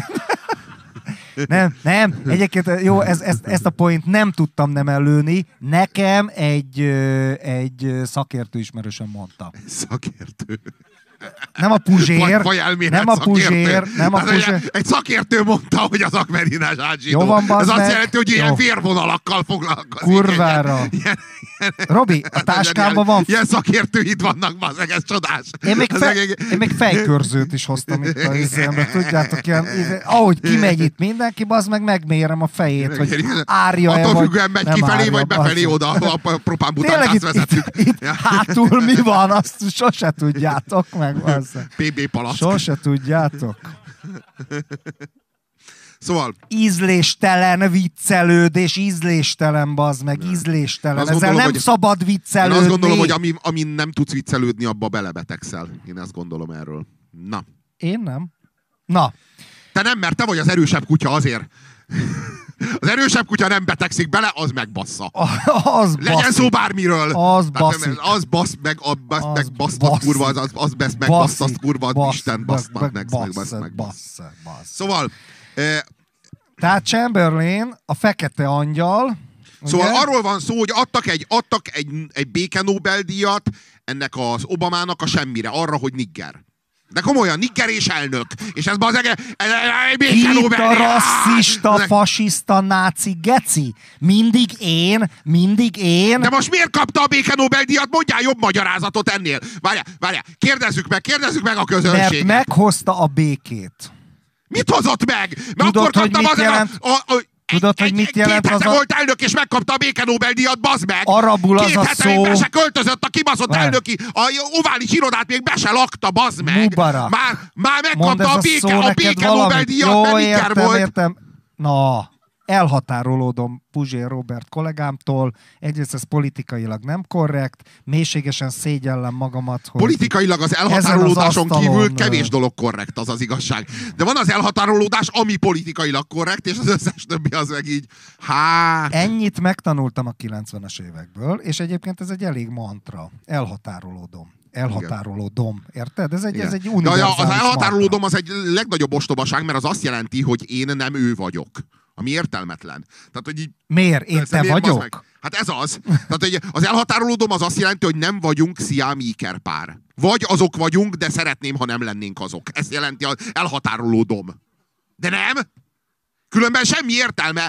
Nem. Egyébként jó, ezt a point nem tudtam nem előni. Nekem egy szakértő ismerősen mondta. Szakértő. Nem a Puzsér. Nem a Puzsér. Egy szakértő mondta, hogy az Ahmadinejad zsidó. Jó van, ez meg. Azt jelenti, hogy ilyen vérvonalakkal foglalkozik. Kurvára. Robi, a táskámban van... Ilyen szakértőid vannak, bazdmeg, ez csodás. Én még fejkörzőt is hoztam itt a izémbe, tudjátok, ilyen, ahogy kimegy itt mindenki, bazd meg, megmérem a fejét, hogy árja-e, attól vagy függően megy nem kifelé, árja, vagy befelé oda, a propánbután vezetjük. Itt hátul mi van, azt sose tudjátok meg, bazd meg. PB palack. Sose tudjátok. Szóval... Ízléstelen viccelődés, ízléstelen, bazd meg, ízléstelen. Ezzel nem szabad viccelődni. Én azt gondolom, hogy amin nem tudsz viccelődni, abba belebetegszel. Én ezt gondolom erről. Na. Én nem. Na. Te nem, mert te vagy az erősebb kutya, azért. Az erősebb kutya nem betegszik bele, az megbassza. Az legyen szó bármiről. Az basszik. Az bassz meg, meg basztat kurva, az besz meg basszat kurva, Isten basznak meg. Szóval... Tehát Chamberlain, a fekete angyal... Szóval ugye? arról van szó, hogy adtak egy béke Nobel-díjat ennek az Obamának a semmire, arra, hogy nigger. De komolyan, nigger és elnök. És ez az béke Nobel-díj. Itt a rasszista, fasiszta, náci geci. Mindig én. De most miért kapta a béke Nobel-díjat? Mondjál jobb magyarázatot ennél. Várjál, kérdezzük meg a közönséget. Mert meghozta a békét. Mit hozott meg? Mert Tudod, akkor hogy mit jelent? Tudod, hogy mit jelent két hete volt elnök, és megkapta a béke Nobel-díjat, bazd meg! Arabul az a szó... Két hete még be se költözött a kibaszott elnöki, a ovális irodát még be se lakta, bazd meg! Mubarak. Már megkapta a béke Nobel-díjat, mert Niger volt. Értem. Na, elhatárolódom Puzsér Robert kollégámtól. Egyrészt ez politikailag nem korrekt, mélységesen szégyellem magamat, hogy... Politikailag az elhatárolódáson kívül kevés dolog korrekt, az az igazság. De van az elhatárolódás, ami politikailag korrekt, és az összes többi az meg így, Ennyit megtanultam a 90-es évekből, és egyébként ez egy elég mantra. Elhatárolódom. Érted? Ez egy univerzális az elhatárolódom mantra. az egy legnagyobb ostobaság, mert az azt jelenti, hogy én nem ő vagyok. Ami értelmetlen. Tehát, hogy így, miért? Én te vagyok? Hát ez az. Tehát, hogy az elhatárolódom az azt jelenti, hogy nem vagyunk Siami ikerpár. Vagy azok vagyunk, de szeretném, ha nem lennénk azok. Ezt jelenti az elhatárolódom. De nem? Különben semmi értelme.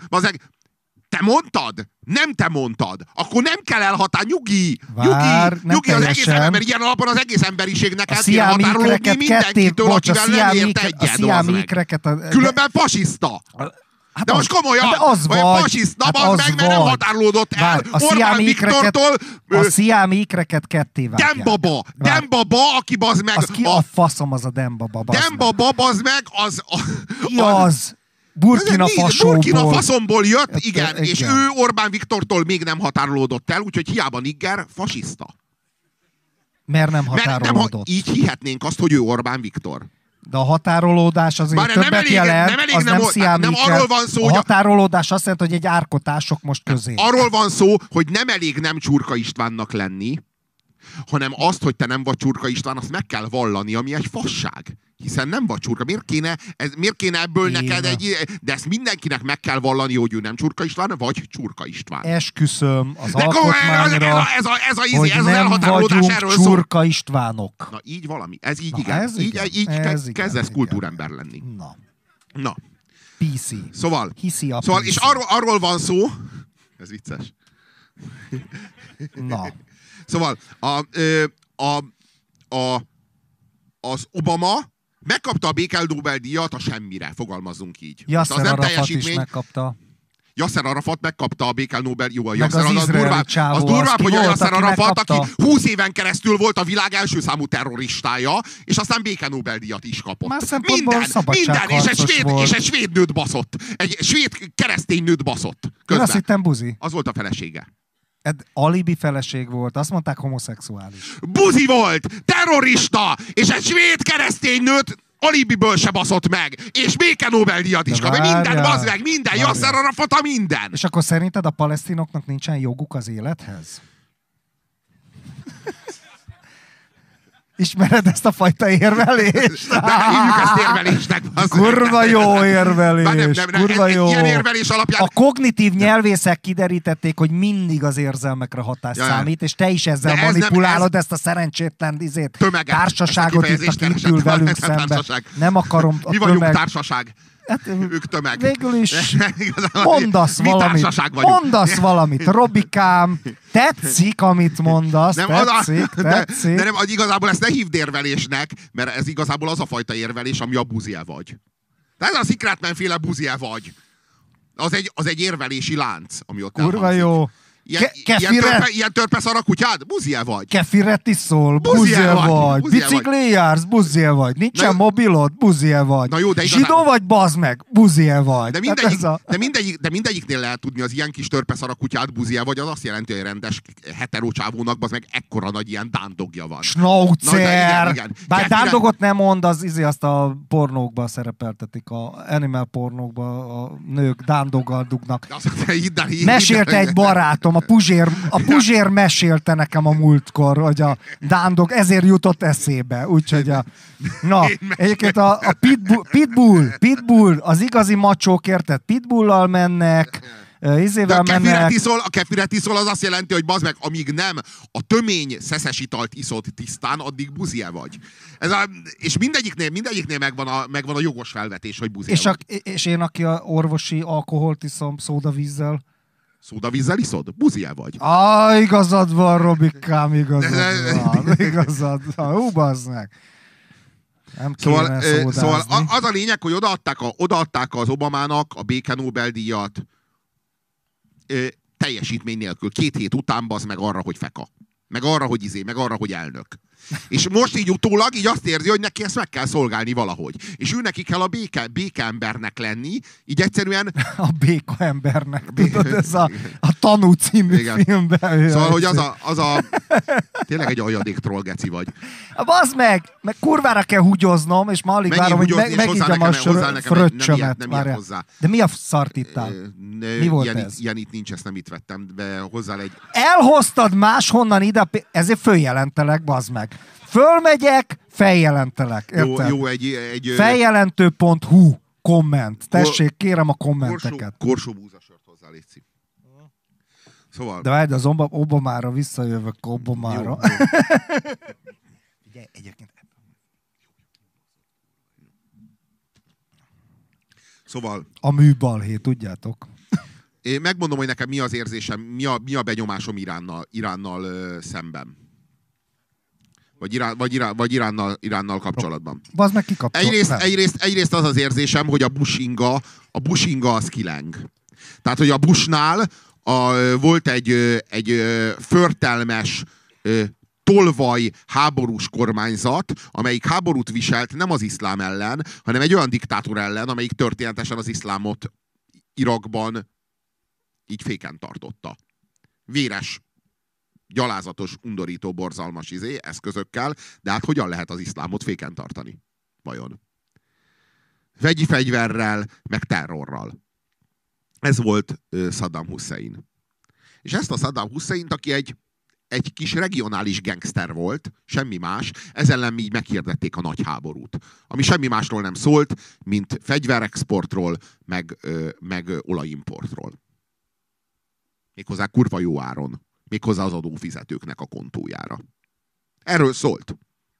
Te mondtad? Nem te mondtad. Akkor nem kell nyugi az egész ember, mert ilyen alapon az egész emberiségnek el kell határolódni mindenkitől, akivel nem ért egyet. Különben fasiszta. Hát de most komolyan, vagy fasiszta, meg nem határolódott el Orbán Viktortól. A sziámi ikreket ketté vágják. Dembaba, aki bazd meg... Az ki a faszom az a Dembaba, bazd meg. Dembaba, bazd meg, az... Ki az? Burkina Faszomból jött, igen, és ő Orbán Viktortól még nem határolódott el, úgyhogy hiába nigger, fasiszta. Miért nem határolódott? Így hihetnénk azt, hogy ő Orbán Viktor. De a határolódás azért többet jelent, az nem sziámi iker. A határolódás azt jelenti, hogy egy árkotások most közé. Arról van szó, hogy nem elég nem Csurka Istvánnak lenni, hanem azt, hogy te nem vagy Csurka István, azt meg kell vallani, ami egy fasság. Hiszen nem vagy Csurka. Miért kéne ebből neked egy... De ezt mindenkinek meg kell vallani, hogy ő nem Csurka István, vagy Csurka István. Esküszöm az alkotmányra, hogy nem vagyunk Csurka Istvánok. Na így valami. Ez így igen. Így kezdesz kultúrember lenni. Na. PC. Szóval PC. és arról van szó... Ez vicces. Na. Szóval az Obama megkapta a béke Nobel-díjat a semmire, fogalmazzunk így. Yasser Arafat is megkapta. Yasser Arafat megkapta a béke Nobel, jó, a Yasser az durvább, hogy a Yasser Arafat, aki 20 éven keresztül volt a világ első számú terroristája, és aztán béke Nobel-díjat is kapott. Minden, és egy svéd nőt baszott. Egy svéd keresztény nőt baszott. Közben. Én azt hittem buzi. Az volt a felesége. Alibi feleség volt, azt mondták homoszexuális. Buzi volt, terrorista, és egy svéd keresztény nőt alibiből se baszott meg, és béke Nobel-díjat is kap. Minden, bazd meg, minden, Yasser Arafat, minden. És akkor szerinted a palesztinoknak nincsen joguk az élethez? Ismered ezt a fajta érvelést? De hívjuk ezt érvelésnek. Kurva jó érvelés. Kurva jó. Ilyen érvelés alapján... A kognitív nyelvészek kiderítették, hogy mindig az érzelmekre hatás számít, és te is ezzel manipulálod ezt a szerencsétlen társaságot itt, akik ül velünk szemben. Nem akarom a mi vagyunk társaság. Hát, ők tömeg. Végül is mondasz valamit. Robikám, tetszik, amit mondasz. Tetszik. De nem, igazából ezt ne hívd érvelésnek, mert ez igazából az a fajta érvelés, ami a buzie vagy. Tehát ez a Secretman féle buzie vagy. Az egy érvelési lánc, ami ott kurva jó. Ilyen törpeszar a kutyád? Buzie vagy. Kefiret iszol? Buzie vagy. Bicikli jársz? Buzie vagy. Nincsen mobilod? Buzie vagy. Na jó, de zsidó vagy, bazd meg? Buzie vagy. De mindegyiknél lehet tudni, az ilyen kis törpeszar a kutyád buzie vagy, az azt jelenti, hogy rendes heterocsávónak, bazd meg ekkora nagy ilyen dándogja van. Schnauzer! Igen. Bár dándogot nem mond, azt a pornókban szerepeltetik, a animal pornókban a nők dándoggal dugnak. Mesélte egy barátom, a Puzsér mesélte nekem a múltkor, hogy a dándog ezért jutott eszébe. Úgyhogy egyébként a Pitbull, az igazi macsók, érted? Pitbullal mennek, izével mennek. A kefiret iszol, az azt jelenti, hogy bazd meg, amíg nem a tömény szeszes italt iszod tisztán, addig buzie vagy. És mindegyiknél megvan a jogos felvetés, hogy buzie vagy. És én, aki a orvosi alkoholt iszom szódavízzel. Szódavízzel iszod? Buzie vagy. Igazad van, Robikám, igazad van. Hú, bazd meg. Szóval az a lényeg, hogy odaadták az Obamának a béke Nobel-díjat teljesítmény nélkül. 2 hét után bazd meg arra, hogy feka. Meg arra, hogy elnök. És most így utólag így azt érzi, hogy neki ezt meg kell szolgálni valahogy. És ő neki kell a békeembernek lenni, így egyszerűen... A békaembernek, tudod, ez a Tanú című filmben. Szóval, hogy tényleg egy aljadék troll geci vagy. Bazd meg kurvára kell húgyoznom, és ma alig várom, hogy megígyam a fröccsömet. De mi a szart ittál? Mi volt ez? Ilyen itt nincs, ezt nem itt vettem, de hozzá egy... Elhoztad máshonnan ide, ezért följelentelek, bazd meg. Fölmegyek, feljelentelek. Érted? Jó, egy feljelentő.hu komment. Tessék, kérem a kommenteket. Korsó búzasört hozzá, létszik. Szóval... De várj, az Obamára visszajövök, Obamára. Egyébként... Szóval... A műbalhé, tudjátok? Én megmondom, hogy nekem mi az érzésem, mi a benyomásom Iránnal szemben. Vagy Iránnal kapcsolatban. Bazd meg kikapcsol. Egyrészt az az érzésem, hogy a Bush inga az kileng. Tehát, hogy a Bushnál volt egy förtelmes, tolvaj háborús kormányzat, amelyik háborút viselt nem az iszlám ellen, hanem egy olyan diktátor ellen, amelyik történetesen az iszlámot Irakban így féken tartotta. Véres, gyalázatos, undorító, borzalmas eszközökkel, de hát hogyan lehet az iszlámot féken tartani? Vajon? Vegyi fegyverrel, meg terrorral. Ez volt Saddam Hussein. És ezt a Saddam Husseint, aki egy kis regionális gangster volt, semmi más, ezzel ellen így meghirdették a nagy háborút. Ami semmi másról nem szólt, mint fegyverexportról, meg olajimportról. Méghozzá kurva jó áron. Méghozzá az adófizetőknek a kontójára. Erről szólt.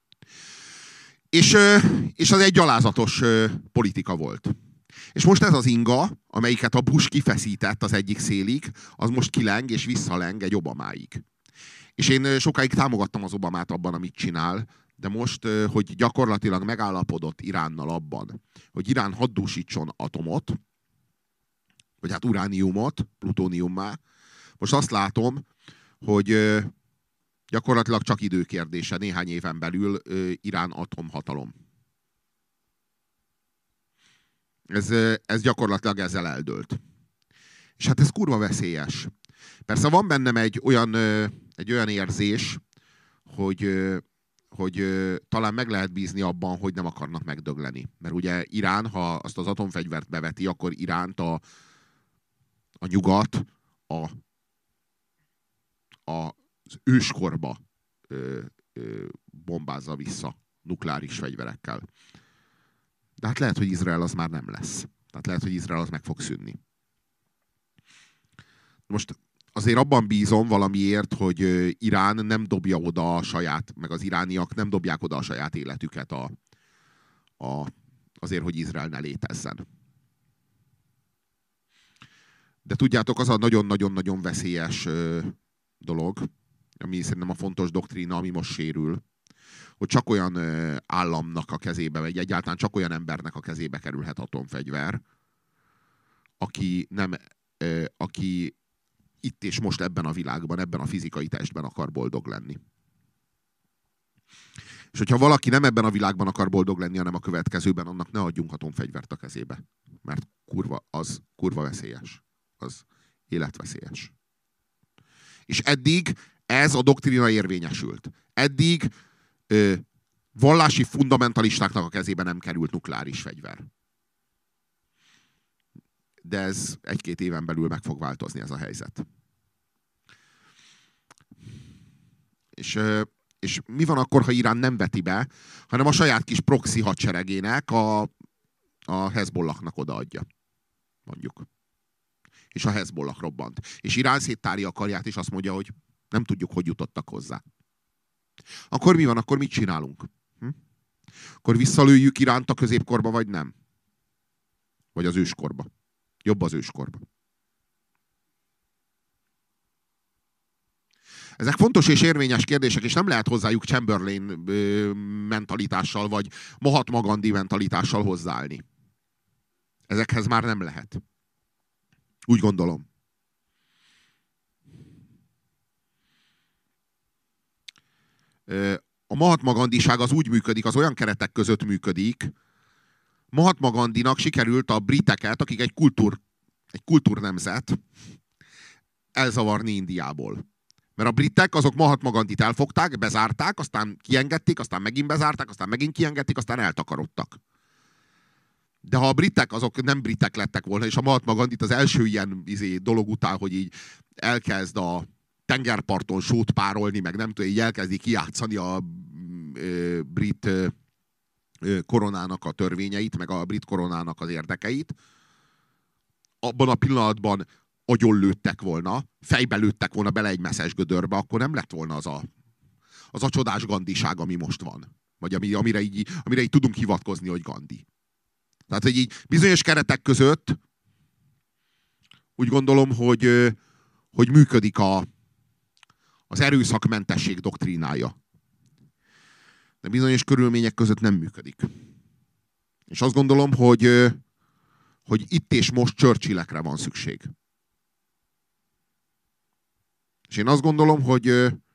És az egy gyalázatos politika volt. És most ez az inga, amelyiket a Bush kifeszített az egyik szélig, az most kileng és visszaleng egy Obamáig. És én sokáig támogattam az Obamát abban, amit csinál, de most, hogy gyakorlatilag megállapodott Iránnal abban, hogy Irán haddúsítson atomot, vagy hát urániumot, plutóniummá, most azt látom, hogy gyakorlatilag csak időkérdése, néhány éven belül Irán atomhatalom. Ez gyakorlatilag ezzel eldőlt. És hát ez kurva veszélyes. Persze van bennem egy olyan érzés, hogy talán meg lehet bízni abban, hogy nem akarnak megdögleni. Mert ugye Irán, ha azt az atomfegyvert beveti, akkor Iránt a nyugat az őskorba bombázza vissza nukleáris fegyverekkel. De hát lehet, hogy Izrael az már nem lesz. Tehát lehet, hogy Izrael az meg fog szűnni. Most azért abban bízom valamiért, hogy Irán nem dobja oda a saját, meg az irániak nem dobják oda a saját életüket azért, hogy Izrael ne létezzen. De tudjátok, az a nagyon-nagyon-nagyon veszélyes dolog, ami szerintem a fontos doktrína, ami most sérül, hogy csak olyan államnak a kezébe, vagy egyáltalán csak olyan embernek a kezébe kerülhet atomfegyver, aki itt és most ebben a világban, ebben a fizikai testben akar boldog lenni. És hogyha valaki nem ebben a világban akar boldog lenni, hanem a következőben, annak ne adjunk atomfegyvert a kezébe. Mert kurva veszélyes. Az életveszélyes. És eddig ez a doktrína érvényesült. Eddig vallási fundamentalistáknak a kezébe nem került nukleáris fegyver. De ez 1-2 éven belül meg fog változni ez a helyzet. És mi van akkor, ha Irán nem veti be, hanem a saját kis proxy hadseregének a Hezbollahnak odaadja. Mondjuk. És a Hezbollah robbant. És Irán széttárja a karját, és azt mondja, hogy nem tudjuk, hogy jutottak hozzá. Akkor mi van? Akkor mit csinálunk? Akkor visszalőjük Iránt a középkorba, vagy nem? Vagy az őskorba? Jobb az őskorba. Ezek fontos és érvényes kérdések, és nem lehet hozzájuk Chamberlain mentalitással, vagy Mahatma Gandhi mentalitással hozzáállni. Ezekhez már nem lehet. Úgy gondolom. A Mahatma Gandhiság az úgy működik, az olyan keretek között működik. Mahatma Gandhinak sikerült a briteket, akik egy kultúrnemzet, elzavarni Indiából. Mert a britek azok Mahatma Gandhit elfogták, bezárták, aztán kiengedték, aztán megint bezárták, aztán megint kiengedték, aztán eltakarodtak. De ha a britek azok nem britek lettek volna, és a Mahatma Gandhit az első ilyen dolog után, hogy így elkezd a tengerparton sót párolni, meg nem tudom, így elkezdi kijátszani a brit koronának a törvényeit, meg a brit koronának az érdekeit, abban a pillanatban agyonlőttek volna, fejbe lőttek volna bele egy messzes gödörbe, akkor nem lett volna az a csodás gandiság, ami most van. Vagy amire így tudunk hivatkozni, hogy Gandhi. Tehát, hogy így bizonyos keretek között úgy gondolom, hogy működik az erőszakmentesség doktrínája. De bizonyos körülmények között nem működik. És azt gondolom, hogy itt és most Churchillekre van szükség. És én azt gondolom, hogy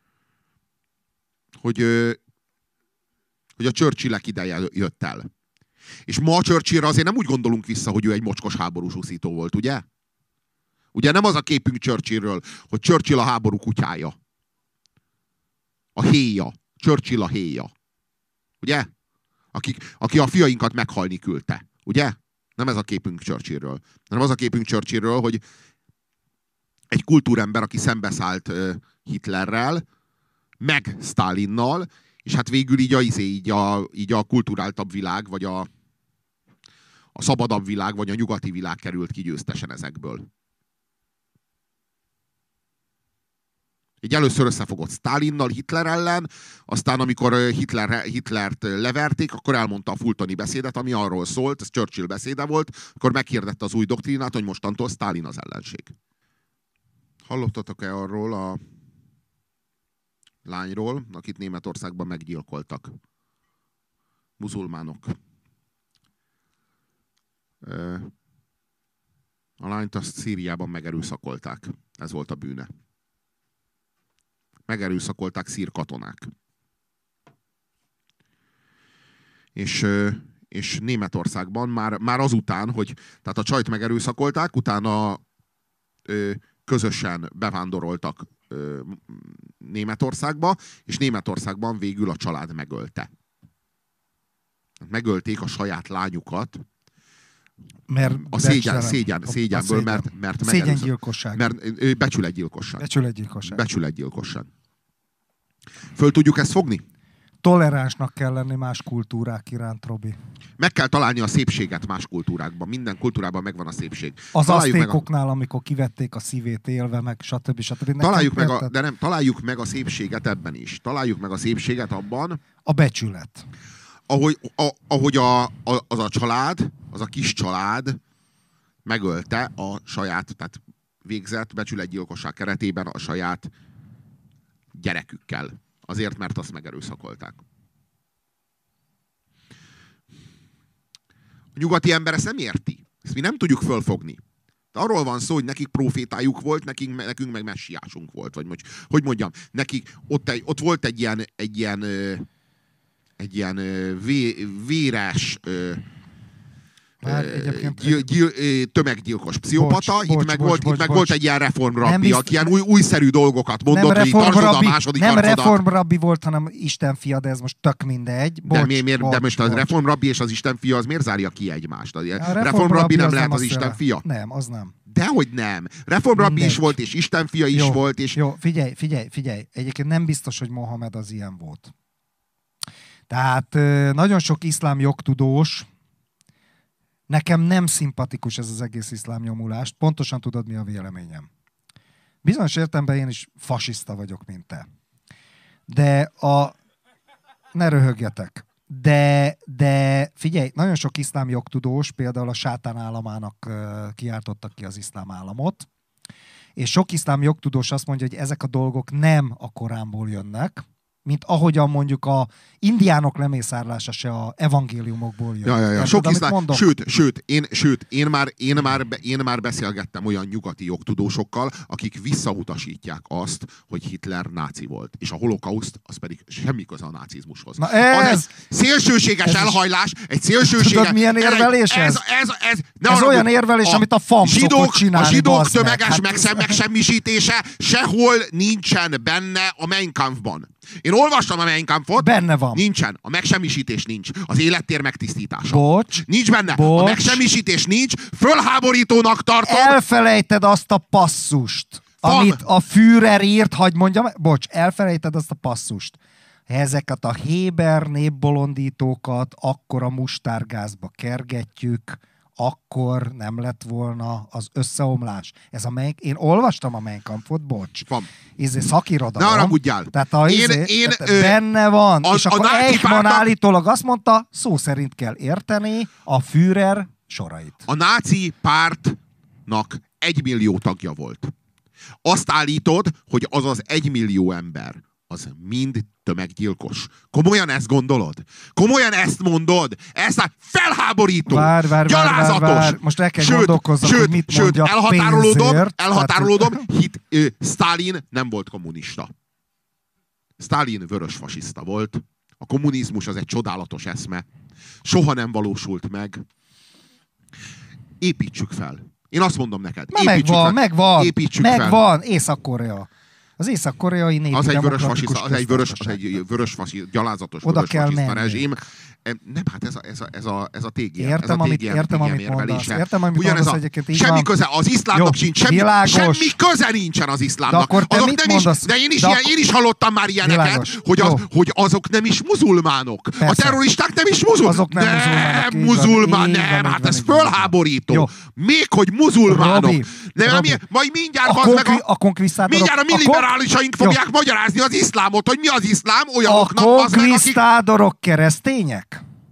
a Churchillek ideje jött el. És ma a Churchillre azért nem úgy gondolunk vissza, hogy ő egy mocskos háborús úszító volt, ugye? Ugye nem az a képünk Churchillről, hogy Churchill a háború kutyája. A héja. Churchill a héja. Ugye? Aki a fiainkat meghalni küldte. Ugye? Nem ez a képünk Churchillről. Hanem az a képünk Churchillről, hogy egy kultúrember, aki szembeszállt Hitlerrel, meg Stalinnal, és hát végül így a kulturáltabb világ, vagy a szabadabb világ, vagy a nyugati világ került ki győztesen ezekből. Így először összefogott Stalinnal, Hitler ellen, aztán amikor Hitlert leverték, akkor elmondta a fultoni beszédet, ami arról szólt, ez Churchill beszéde volt, akkor meghirdette az új doktrínát, hogy mostantól Stalin az ellenség. Hallottatok-e arról a lányról, akit Németországban meggyilkoltak? Muzulmánok. A lányt azt Szíriában megerőszakolták. Ez volt a bűne. Megerőszakolták szír katonák. És Németországban már azután, hogy tehát a csajt megerőszakolták, utána közösen bevándoroltak Németországba, és Németországban végül a család megölte. Megölték a saját lányukat, mert a szégyenből, mert szégyengyilkosság. Mert becsületgyilkosság. Becsületgyilkosság. Föl tudjuk ezt fogni? Toleránsnak kell lenni más kultúrák iránt, Robi. Meg kell találni a szépséget más kultúrákban. Minden kultúrában megvan a szépség. Az aztékoknál, amikor kivették a szívét élve, meg stb. Találjuk meg a szépséget ebben is. Találjuk meg a szépséget abban. A becsület. Ahogy az a család, az a kis család megölte a saját, tehát végzett becsületgyilkosság keretében a saját gyerekükkel. Azért, mert azt megerőszakolták. A nyugati ember ezt nem érti. Ezt mi nem tudjuk fölfogni. De arról van szó, hogy nekik profétájuk volt, nekünk meg messiásunk volt. Vagy hogy mondjam, nekik ott volt egy ilyen véres tömeggyilkos pszichopata, itt meg volt egy ilyen reformrabbi, aki ilyen újszerű dolgokat mondott, hogy tartsd a második nem arcodat. Nem reformrabbi volt, hanem Istenfia, de ez most tök mindegy. De most a reformrabbi és az Istenfia az miért zárja ki egymást? A reformrabbi nem lehet az Istenfia? Nem, az nem. Dehogy nem. Reformrabbi is volt, és Istenfia is volt. És... Jó, figyelj. Egyébként nem biztos, hogy Mohamed az ilyen volt. Tehát nagyon sok iszlám jogtudós, nekem nem szimpatikus ez az egész iszlám nyomulást. Pontosan tudod, mi a véleményem. Bizonyos értelemben én is fasiszta vagyok, mint te. Ne röhögjetek. De figyelj, nagyon sok iszlám jogtudós például a sátán államának kiáltottak ki az iszlám államot, és sok iszlám jogtudós azt mondja, hogy ezek a dolgok nem a Koránból jönnek, mint ahogyan mondjuk a indiánok lemészárlása se a evangéliumokból jön. Ja. Sok iszlám, én már beszélgettem olyan nyugati jogtudósokkal, akik visszautasítják azt, hogy Hitler náci volt. És a holokauszt, az pedig semmi köze a nácizmushoz. Na ez egy szélsőséges elhajlás, egy szélsőséges... Tudod, milyen érvelés ez? Ez olyan érvelés, amit a FAM szokott csinálni. A zsidók tömeges megsemmisítése sehol nincsen benne a Mein Kampfban. Én olvastam a Mein Kampfot. Benne van. Nincsen. A megsemmisítés nincs. Az élettér megtisztítása. Bocs. Nincs benne. A megsemmisítés nincs. Fölháborítónak tartom. Elfelejted azt a passzust, amit a Führer írt, hadd mondjam. Bocs, elfelejted azt a passzust. Ezeket a héber népbolondítókat akkor a mustárgázba kergetjük, akkor nem lett volna az összeomlás. Én olvastam a Mein Kampfot, bocs. Ez szakirodalom. Ne haragudjál. Tehát benne van. És akkor Eichmann állítólag azt mondta, szó szerint kell érteni a Führer sorait. A náci pártnak 1 millió tagja volt. Azt állítod, hogy az az 1 millió ember, az mind tömeggyilkos. Komolyan ezt gondolod? Komolyan ezt mondod? Ez a felháborító, gyalázatos. Most el kell gondolkozzak, hogy mit mondjak elhatárolódom, Sztálin nem volt kommunista. Sztálin vörös fasiszta volt. A kommunizmus az egy csodálatos eszme. Soha nem valósult meg. Építsük fel. Én azt mondom neked. Megvan. Észak-Korea. Az észak-koreai népi az egy vörös fasiszta, gyalázatos vörös fasiszta rezsim. Nem, hát ez a TGM. Értem, amit mondasz egyébként. Semmi köze az iszlámnak sincs. Semmi köze nincsen az iszlámnak. De én is hallottam már ilyeneket, hogy azok nem is muzulmánok. A terroristák nem is muzulmánok. Azok nem muzulmánok. Nem, hát ez fölháborító. Még hogy muzulmánok. Majd mindjárt a mi liberálisaink fogják magyarázni az iszlámot, hogy mi az iszlám olyanoknak. A konkvisztádorok keresztények?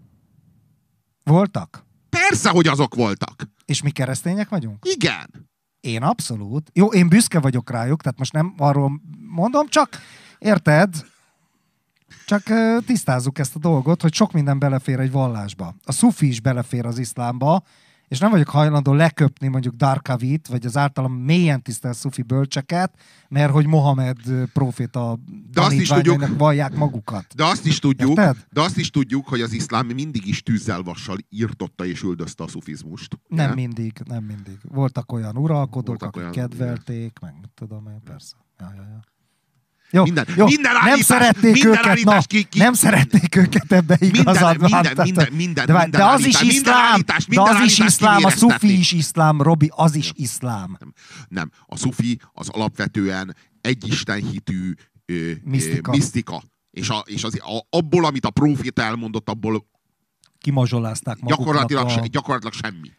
Voltak? Persze, hogy azok voltak. És mi keresztények vagyunk? Igen. Én abszolút. Jó, én büszke vagyok rájuk, tehát most nem arról mondom, csak érted? Csak tisztázzuk ezt a dolgot, hogy sok minden belefér egy vallásba. A szufi is belefér az iszlámba, és nem vagyok hajlandó leköpni mondjuk Darkavit, vagy az általam mélyen tisztelt szufi bölcseket, mert hogy Mohamed próféta tanítványainak vallják magukat. De azt is tudjuk, hogy az iszlám mindig is tűzzel vassal írtotta és üldözte a szufizmust. Nem mindig. Voltak olyan uralkodók, akik kedvelték, meg tudom én, persze. Ja. Jó, minden nem szerették őket, nem szerették őket ebbe igazad van. De az is iszlám, a szufi is iszlám, Robi, az is iszlám. Nem, a szufi az alapvetően egyistenhitű misztika. És abból, amit a próféta elmondott, abból kimazsolázták maguknak. Gyakorlatilag semmi.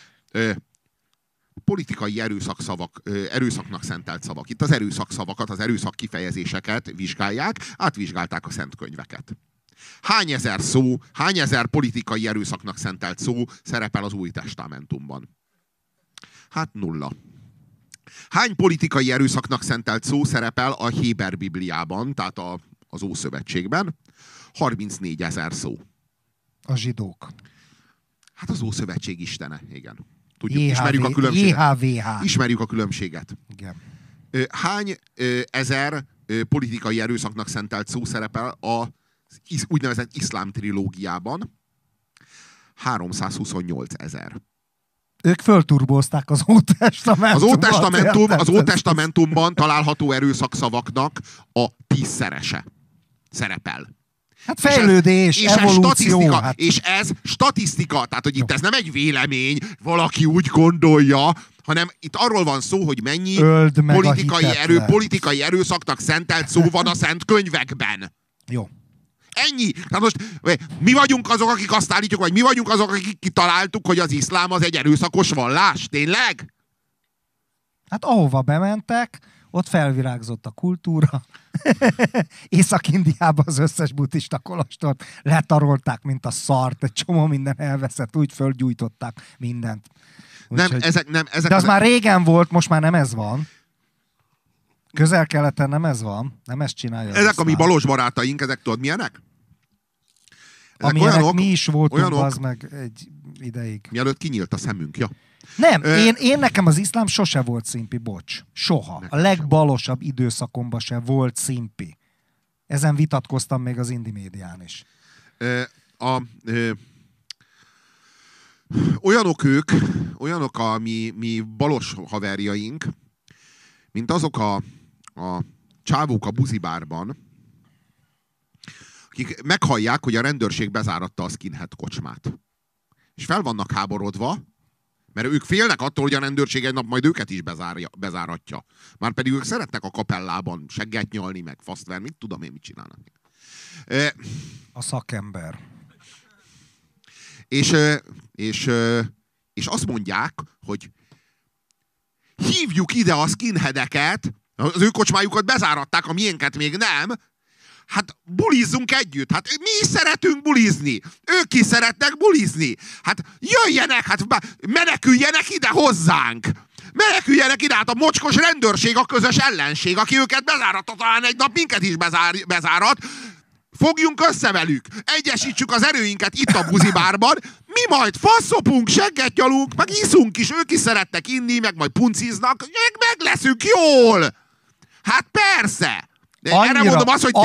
Politikai erőszaknak szentelt szavak. Itt az erőszakszavakat, az erőszak kifejezéseket vizsgálják, átvizsgálták a szent könyveket. Hány ezer politikai erőszaknak szentelt szó szerepel az Új Testamentumban? Hát 0. Hány politikai erőszaknak szentelt szó szerepel a Héber Bibliában, tehát az Ószövetségben? 34 000 szó. A zsidók. Hát az Ószövetség istene, igen. Tudjuk, ismerjük a különbséget. Ismerjük a különbséget. Igen. Hány ezer politikai erőszaknak szentelt szó szerepel az úgynevezett iszlám trilógiában? 328 000. Ők fölturbózták az Ótestamentumban. Az Ótestamentumban található erőszakszavaknak a 10-szerese szerepel. Hát fejlődés, evolúció. És ez statisztika. Tehát, hogy itt ez nem egy vélemény, valaki úgy gondolja, hanem itt arról van szó, hogy mennyi politikai erőszaknak szentelt szó van a szent könyvekben. Jó. Ennyi. Tehát most mi vagyunk azok, akik azt állítjuk, vagy mi vagyunk azok, akik kitaláltuk, hogy az iszlám az egy erőszakos vallás? Tényleg? Hát ahova bementek, ott felvirágzott a kultúra. Észak-Indiában az összes buddhista kolostort letarolták, mint a szart. Egy csomó minden elveszett, úgy fölgyújtották mindent. Ezek de az már régen volt, most már nem ez van. Közel-keleten nem ez van. Nem ezt csinálja. Ezek a mi balos barátaink, ezek tudod milyenek? Amilyenek mi is voltunk, az meg egy ideig. Mielőtt kinyílt a szemünk, ja. Nem, én nekem az iszlám sose volt szimpi, bocs. Soha. Nekem a legbalosabb időszakomban se volt szimpi. Ezen vitatkoztam még az Indymédián is. Olyanok a mi balos haverjaink, mint azok a csávók a buzibárban, akik meghallják, hogy a rendőrség bezáratta a skinhead kocsmát. És fel vannak háborodva, mert ők félnek attól, hogy a rendőrség egy nap majd őket is bezáratja. Márpedig ők szeretnek a kapellában segget nyalni, meg faszt verni, mit tudom én, mit csinálnak. A szakember. És azt mondják, hogy hívjuk ide a skinheadeket, az ő kocsmájukat bezáratták, a miénket még nem, hát bulizzunk együtt. Hát mi is szeretünk bulizni. Ők is szeretnek bulizni. Hát jöjjenek, hát meneküljenek ide hozzánk. Meneküljenek ide, hát a mocskos rendőrség a közös ellenség, aki őket bezáratta, talán egy nap minket is bezárat. Fogjunk össze velük, egyesítsük az erőinket itt a buzibárban, mi majd faszopunk, segget nyalunk, meg iszunk is, ők is szeretnek inni, meg majd punciznak, meg leszünk jól. Hát persze. Erre mondom azt, hogy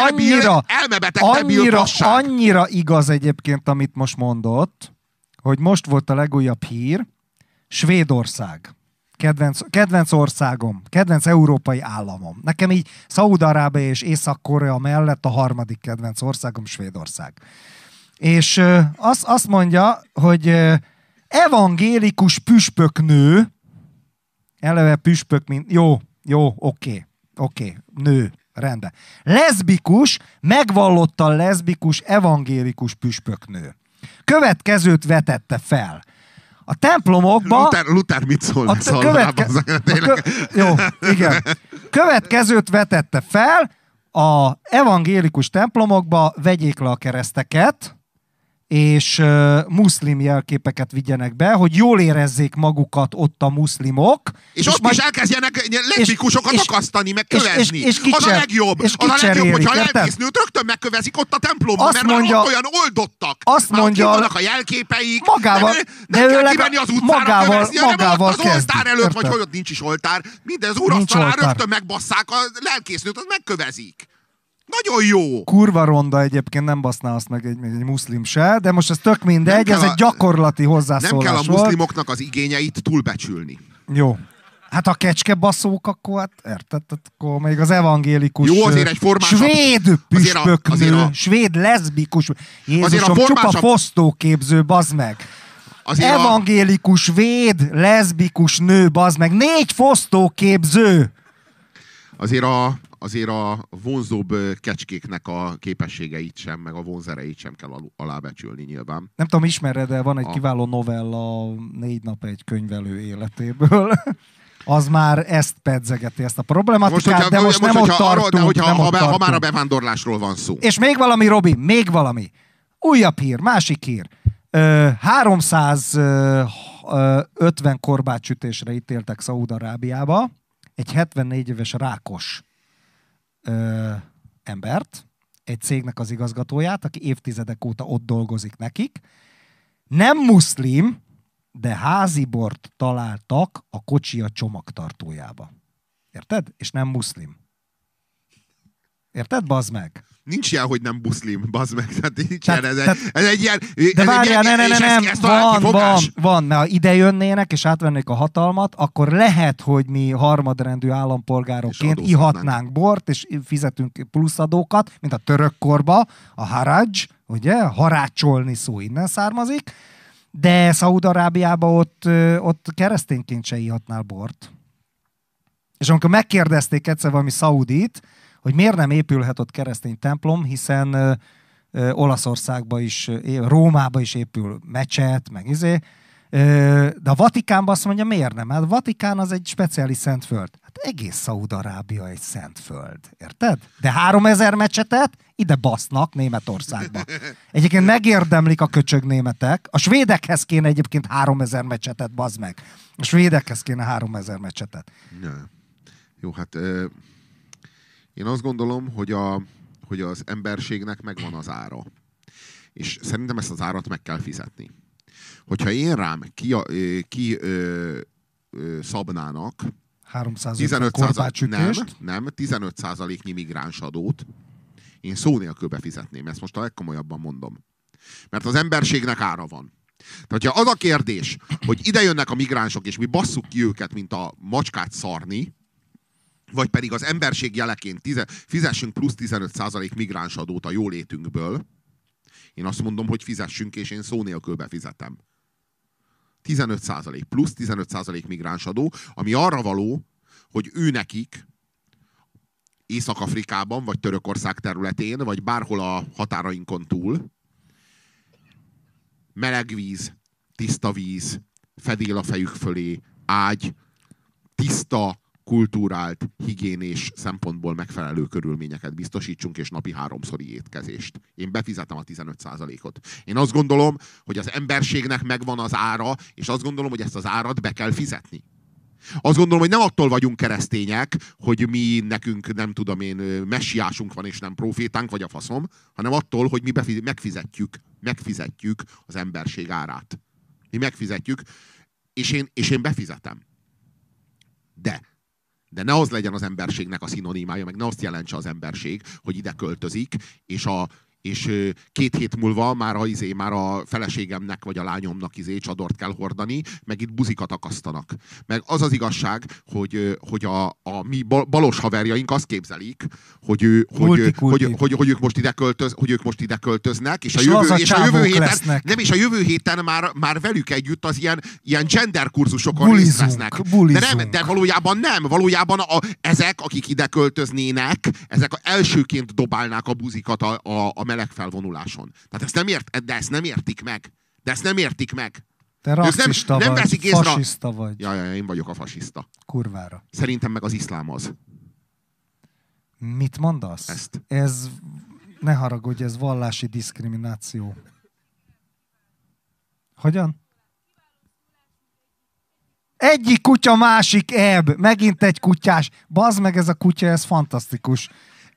annyira igaz egyébként, amit most mondott, hogy most volt a legújabb hír, Svédország. Kedvenc országom, kedvenc európai államom. Nekem így Szaúd-Arábia és Észak-Korea mellett a harmadik kedvenc országom Svédország. És azt mondja, hogy evangélikus püspöknő, eleve püspök, mint jó, oké, nő, rendben. Leszbikus, megvallottan leszbikus, evangélikus püspöknő. Következőt vetette fel. A templomokban... Luther mit szól? Jó, igen. Következőt vetette fel, a evangélikus templomokba vegyék le a kereszteket, és muszlim jelképeket vigyenek be, hogy jól érezzék magukat ott a muszlimok. És ott is elkezdjenek leszbikusokat akasztani, meg kövezni. Az a legjobb. És az a legjobb, hogyha érted? lelkésznőt rögtön megkövezik ott a templomban, mert mondja, már ott olyan oldottak. Azt mondja, vannak a jelképeik. Magával, nem kell kivenni az utcára kövezni, hanem ott az oltár előtt, érted? vagy hogy ott nincs is oltár. Minden az úrasztalán rögtön megbasszák a lelkésznőt, az megkövezik. Nagyon jó! Kurva ronda egyébként, nem baszná azt meg egy muszlim se, de most ez tök mindegy, ez egy gyakorlati hozzászólás. Nem kell a muszlimoknak az igényeit túlbecsülni. Jó. Hát a kecskebaszók, akkor hát érted, akkor még az evangélikus jó, azért egy formásabb, svéd püspöknő, svéd leszbikus, Jézusom, csupa fosztóképző, bazd meg. Evangélikus, svéd, leszbikus nő, bazd meg, 4 fosztóképző. Azért a vonzóbb kecskéknek a képességeit sem, meg a vonzereit sem kell alábecsülni nyilván. Nem tudom, ismered, de van egy kiváló novella 4 nap egy könyvelő életéből. Az már ezt pedzegeti, ezt a problematikát, de most nem ott tartunk. Ha már a bevándorlásról van szó. És még valami, Robi, még valami. Újabb hír, másik hír. 350 korbácsütésre ítéltek Szaúd-Arábiába egy 74 éves rákos embert, egy cégnek az igazgatóját, aki évtizedek óta ott dolgozik nekik. Nem muszlim, de házibort találtak a kocsia csomagtartójába. Érted? És nem muszlim. Érted, bazd meg? Nincs ilyen, hogy nem buszlim, bazd meg. Ez egy ilyen... De várjál, nem. Van, mert ha ide jönnének és átvennék a hatalmat, akkor lehet, hogy mi harmadrendű állampolgárokként ihatnánk bort, és fizetünk pluszadókat, mint a török korba, a haraj, ugye? Harácsolni szó innen származik, de Szaúd-Arábiában ott keresztényként se ihatnál bort. És amikor megkérdezték egyszer valami szaudit, hogy miért nem épülhet ott keresztény templom, hiszen Olaszországban is, Rómában is épül mecset, meg de a Vatikánban azt mondja, miért nem? Hát a Vatikán az egy speciális szent föld. Hát egész Szaúd-Arábia egy szent föld, érted? De 3000 mecsetet ide basznak Németországba. Egyébként megérdemlik a köcsög németek. A svédekhez kéne egyébként 3000 mecsetet, bazd meg. A svédekhez kéne 3000 mecsetet. Ja. Jó, hát... Én azt gondolom, hogy az emberségnek megvan az ára. És szerintem ezt az árat meg kell fizetni. Hogyha én rám szabnának 15%-nyi migránsadót, én szó nélkül befizetném. Ezt most a legkomolyabban mondom. Mert az emberségnek ára van. Tehát, ha az a kérdés, hogy ide jönnek a migránsok, és mi basszuk ki őket, mint a macskát szarni, vagy pedig az emberség jeleként fizessünk plusz 15% migránsadót a jólétünkből, én azt mondom, hogy fizessünk, és én szó nélkül befizetem. 15%, plusz 15% migránsadó, ami arra való, hogy ő nekik Észak-Afrikában, vagy Törökország területén, vagy bárhol a határainkon túl meleg víz, tiszta víz, fedél a fejük fölé, ágy, tiszta, kultúrált, higiénés szempontból megfelelő körülményeket biztosítsunk, és napi 3-szori étkezést. Én befizetem a 15%-ot. Én azt gondolom, hogy az emberségnek megvan az ára, és azt gondolom, hogy ezt az árat be kell fizetni. Azt gondolom, hogy nem attól vagyunk keresztények, hogy mi nekünk, nem tudom én, messiásunk van, és nem profétánk, vagy a faszom, hanem attól, hogy mi megfizetjük az emberség árát. Mi megfizetjük, és én befizetem. De ne az legyen az emberségnek a szinonimája, meg ne azt jelentse az emberség, hogy ide költözik, és 2 hét múlva már a feleségemnek vagy a lányomnak csadort kell hordani, meg itt buzikat akasztanak. Meg az az igazság, hogy a mi balos haverjaink azt képzelik, hogy ők most ide költöznek, és a jövő héten már velük együtt az ilyen gender kurzusokon részt vesznek. De valójában nem. Valójában ezek, akik ide költöznének, ezek elsőként dobálnák a buzikat a meleg felvonuláson. Tehát ezt nem értik meg. Te rasszista nem vagy, fasiszta vagy. Ja, én vagyok a fasiszta. Kurvára. Szerintem meg az iszlám az. Mit mondasz? Ezt. Ez, ne haragudj, ez vallási diszkrimináció. Hogyan? Egyik kutya, másik ebb. Megint egy kutyás. Bazd meg, ez a kutya, ez fantasztikus.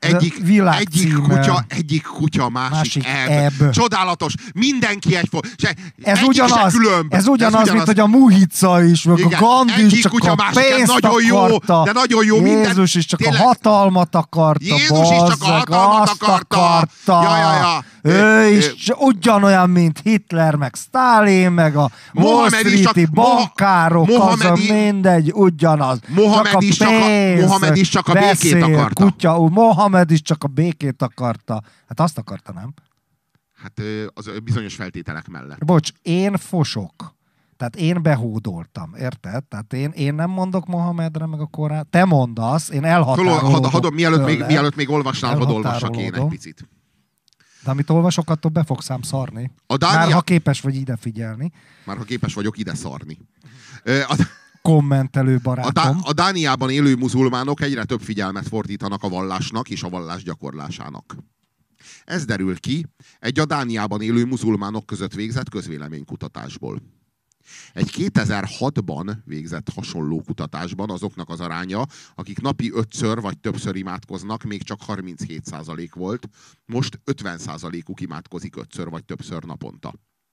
Egyik kutya, másik ebb. Csodálatos. Mindenki ez ugyanaz, mint hogy a Muhica is, meg a Gandhi is csak kutya, a pénzt akarta. De nagyon jó. Jézus is csak tényleg, a hatalmat akarta. Jézus is csak a hatalmat akarta. Ja. Ő is ugyanolyan, mint Hitler, meg Sztálin, meg a Wall Street-i bankárok, az mindegy, ugyanaz. Mohamed is csak a békét akarta. Mohamed is csak a békét akarta. Hát azt akarta, nem? Hát az bizonyos feltételek mellett. Bocs, én fosok. Tehát én behódoltam, érted? Tehát én nem mondok Mohamedre, meg a Korán. Te mondasz, én elhatárolódok. Mielőtt még olvasnál, hadd olvassak én egy picit. De amit olvasok, attól be fogsz ám szarni. Már ha képes vagy ide figyelni. Már ha képes vagyok ide szarni. Kommentelő barátom. A Dániában élő muzulmánok egyre több figyelmet fordítanak a vallásnak és a vallás gyakorlásának. Ez derül ki egy a Dániában élő muzulmánok között végzett közvéleménykutatásból. Egy 2006-ban végzett hasonló kutatásban azoknak az aránya, akik napi 5-ször vagy többször imádkoznak, még csak 37% volt, most 50%-uk imádkozik 5-ször vagy többször naponta.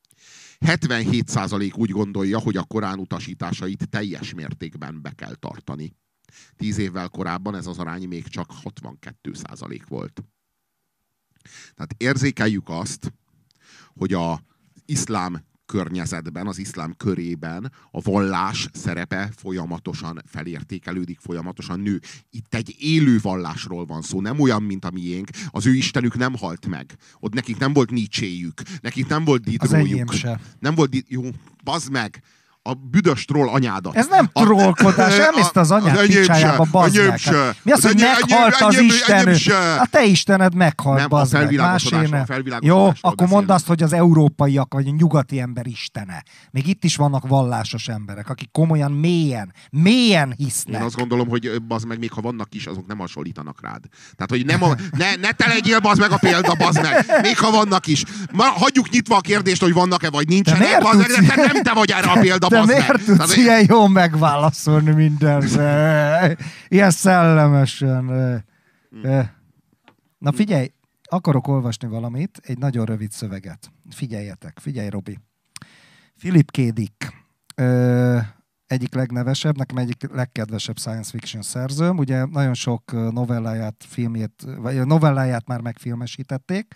77% úgy gondolja, hogy a Korán utasításait teljes mértékben be kell tartani. 10 évvel korábban ez az arány még csak 62% volt. Tehát érzékeljük azt, hogy az iszlám környezetben, az iszlám körében a vallás szerepe folyamatosan felértékelődik, folyamatosan nő. Itt egy élő vallásról van szó, nem olyan, mint a miénk. Az ő istenük nem halt meg. Ott nekik nem volt Nietzséjük, nekik nem volt Diderotjuk. Az enyém se. Nem volt jó, bazd meg! A büdös troll anyádat. Ez nem trollkodás, elmészte az anyád picsájába, bazd meg. Hát, mi az, hogy meghalt az Istenő? A te Istened meghalt, bazd meg. Jó, akkor mondd azt, hogy az európaiak, vagy a nyugati ember istene. Még itt is vannak vallásos emberek, akik komolyan mélyen hisznek. Én azt gondolom, hogy bazd meg, még ha vannak is, azok nem hasonlítanak rád. Tehát, hogy ne te legyél, bazd meg a példa, bazd meg. Még ha vannak is. Hagyjuk nyitva a kérdést, hogy vannak-e, vagy nincsenek, bazd meg, de nem te vagy erre a példa. De miért tudsz ilyen jól megválaszolni mindenre? Ilyen szellemesen. Na figyelj, akarok olvasni valamit, egy nagyon rövid szöveget. Figyelj Robi. Philip K. Dick. Egyik legnevesebb, nekem egyik legkedvesebb science fiction szerzőm. Ugye nagyon sok novelláját már megfilmesítették.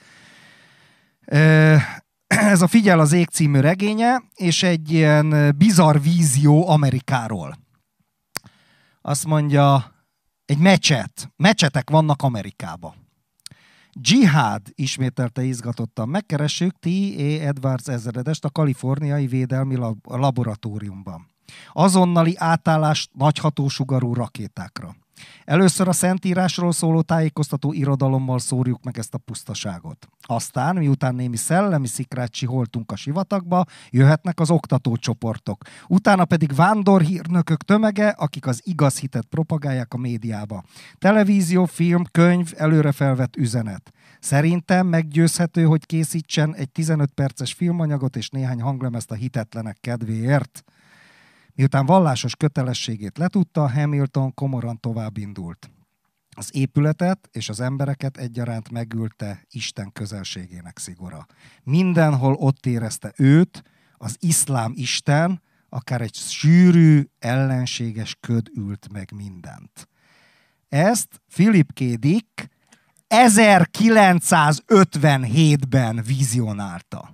Ez a Figyel az ég című regénye, és egy ilyen bizarr vízió Amerikáról. Azt mondja, egy mecsetek vannak Amerikába. Dzsihád, ismételte izgatottan. Megkeressük T.A. Edwards ezredest a kaliforniai védelmi laboratóriumban. Azonnali átállás nagyhatósugarú rakétákra. Először a Szentírásról szóló tájékoztató irodalommal szórjuk meg ezt a pusztaságot. Aztán, miután némi szellemi szikrát csiholtunk a sivatagba, jöhetnek az oktatócsoportok. Utána pedig vándorhírnökök tömege, akik az igaz hitet propagálják a médiába. Televízió, film, könyv, előre felvett üzenet. Szerintem meggyőzhető, hogy készítsen egy 15 perces filmanyagot és néhány hanglemezt a hitetlenek kedvéért. Miután vallásos kötelességét letudta, Hamilton komoran tovább indult. Az épületet és az embereket egyaránt megülte Isten közelségének szigora. Mindenhol ott érezte őt, az iszlám Isten, akár egy sűrű, ellenséges köd ült meg mindent. Ezt Philip K. Dick 1957-ben vizionálta.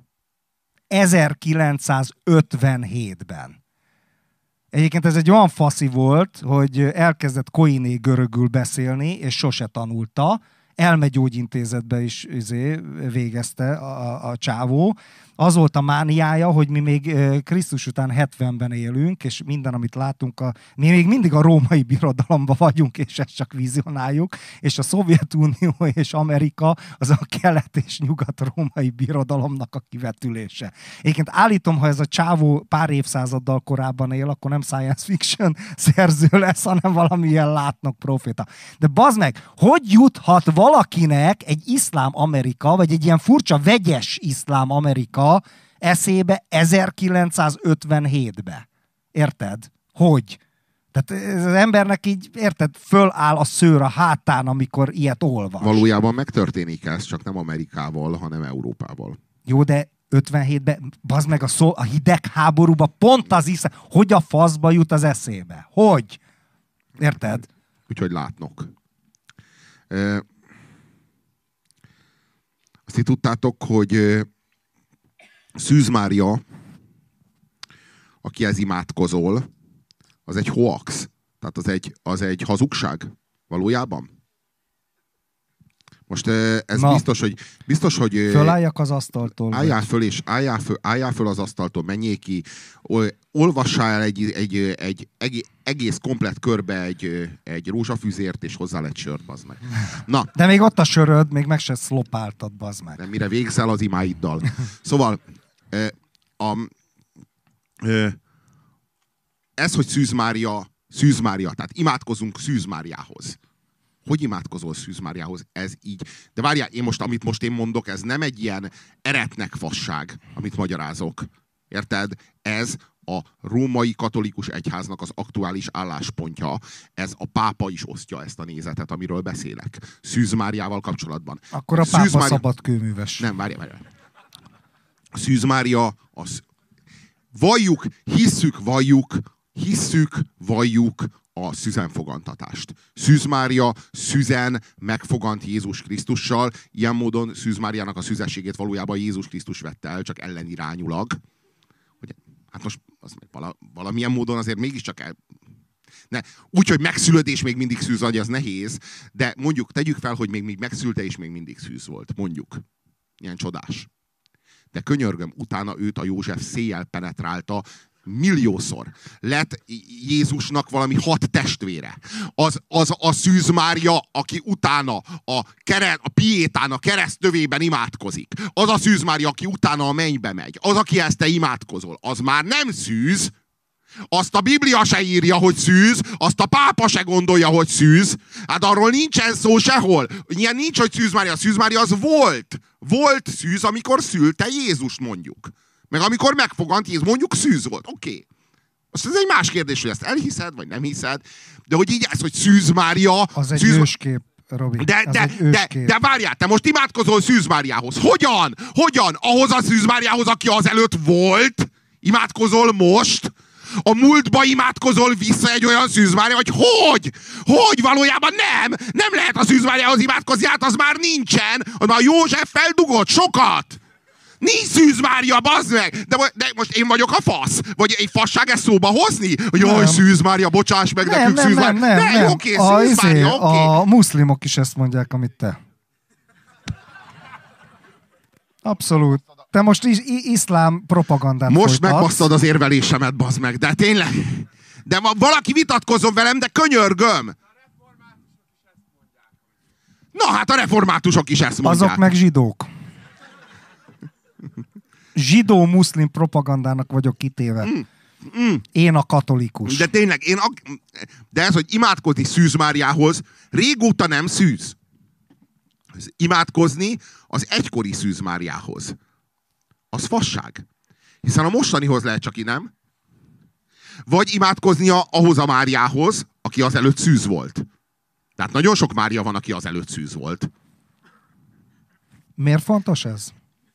1957-ben. Egyébként ez egy olyan faszi volt, hogy elkezdett koiné görögül beszélni, és sose tanulta. Elmegyógyintézetbe is végezte a csávó. Az volt a mániája, hogy mi még Krisztus után 70-ben élünk, és minden, amit látunk, mi még mindig a római birodalomban vagyunk, és ezt csak vizionáljuk, és a Szovjetunió és Amerika az a kelet és nyugat római birodalomnak a kivetülése. Egyébként állítom, ha ez a csávó pár évszázaddal korábban él, akkor nem science fiction szerző lesz, hanem valamilyen látnok proféta. De bazd meg, hogy juthat valakinek egy iszlám Amerika, vagy egy ilyen furcsa vegyes iszlám Amerika eszébe 1957-be. Érted? Hogy? Tehát az embernek így, érted, föláll a szőr a hátán, amikor ilyet olvas. Valójában megtörténik ez, csak nem Amerikával, hanem Európával. Jó, de 57-ben, bazd meg a hidegháborúba pont az iszá, hogy a faszba jut az eszébe? Hogy? Érted? Úgyhogy látnok. Azt így tudtátok, hogy Szűz Mária, akihez imádkozol, az egy hoax. Tehát az egy hazugság valójában. Most ez biztos, hogy fölálljak az asztaltól. Álljál föl az asztaltól, menjél ki, olvassál el egy egész komplett körbe egy rózsafüzért, és hozzá egy sört, bazd meg. Na. De még ott a söröd, még meg se szlopáltad, bazd meg. De mire végzel az imáiddal. Szóval ez, hogy Szűz Mária, tehát imádkozunk Szűz Máriához. Hogy imádkozol Szűz Máriához? Ez így. De várjál, amit most én mondok, ez nem egy ilyen eretnek fasság, amit magyarázok. Érted? Ez a római katolikus egyháznak az aktuális álláspontja. Ez a pápa is osztja ezt a nézetet, amiről beszélek. Szűz Máriával kapcsolatban. Akkor a pápa szabadkőműves. Nem, várjál. Szűz Mária, hisszük, valljuk a szüzenfogantatást. Szűz Mária szüzen megfogant Jézus Krisztussal, ilyen módon Szűz Máriának a szüzességét valójában Jézus Krisztus vette el, csak ellenirányulag. Hát most valamilyen módon azért mégiscsak úgy, hogy megszülöd és még mindig szűz vagy, az nehéz, de mondjuk, tegyük fel, hogy még megszülte és még mindig szűz volt. Mondjuk. Ilyen csodás. De könyörgöm, utána őt a József széjjel penetrálta milliószor. Lett Jézusnak valami 6 testvére. Az a Szűz Mária, aki utána a Piétán, a keresztövében imádkozik. Az a Szűz Mária, aki utána a mennybe megy. Az, akihez te imádkozol. Az már nem szűz. Azt a Biblia se írja, hogy szűz, azt a pápa se gondolja, hogy szűz. Hát arról nincsen szó sehol. Ilyen nincs, hogy Szűz Mária. Szűz Mária az volt. Volt szűz, amikor szülte Jézust, mondjuk. Meg amikor megfogant Jézus, mondjuk szűz volt. Oké. Most ez egy más kérdés, hogy ezt elhiszed, vagy nem hiszed. De hogy így ez, hogy Szűz Mária... Az egy őskép, Robi. De várjál, te most imádkozol Szűz Máriához. Hogyan? Ahhoz a Szűz Máriához, aki azelőtt volt? Imádkozol most? A múltba imádkozol vissza egy olyan Szűz Mária, hogy hogy? Hogy? Valójában nem lehet a Szűz Máriához imádkozni, hát az már nincsen. Az már József feldugott sokat. Nincs Szűz Mária, bazd meg! De most én vagyok a fasz? Vagy egy fasság ezt szóba hozni? Hogy jaj, Szűz Mária, bocsáss meg nekünk, Szűz Mária. Nem. Oké, Szűz Mária, oké. A muszlimok is ezt mondják, amit te. Abszolút. Te most iszlám propagandát most folytatsz. megbasztad az érvelésemet, bazd meg, de tényleg. De valaki vitatkozzon velem, de könyörgöm. Na hát a reformátusok is ezt mondják. Azok meg zsidók. Zsidó-muszlim propagandának vagyok kitéve. Én a katolikus. De tényleg, de ez, hogy imádkozni Szűz Máriához, régóta nem szűz. Imádkozni az egykori Szűz Máriához. Az fasság. Hiszen a mostanihoz lehet csak nem. Vagy imádkoznia ahhoz a Máriához, aki azelőtt szűz volt. Tehát nagyon sok Mária van, aki azelőtt szűz volt. Miért fontos ez?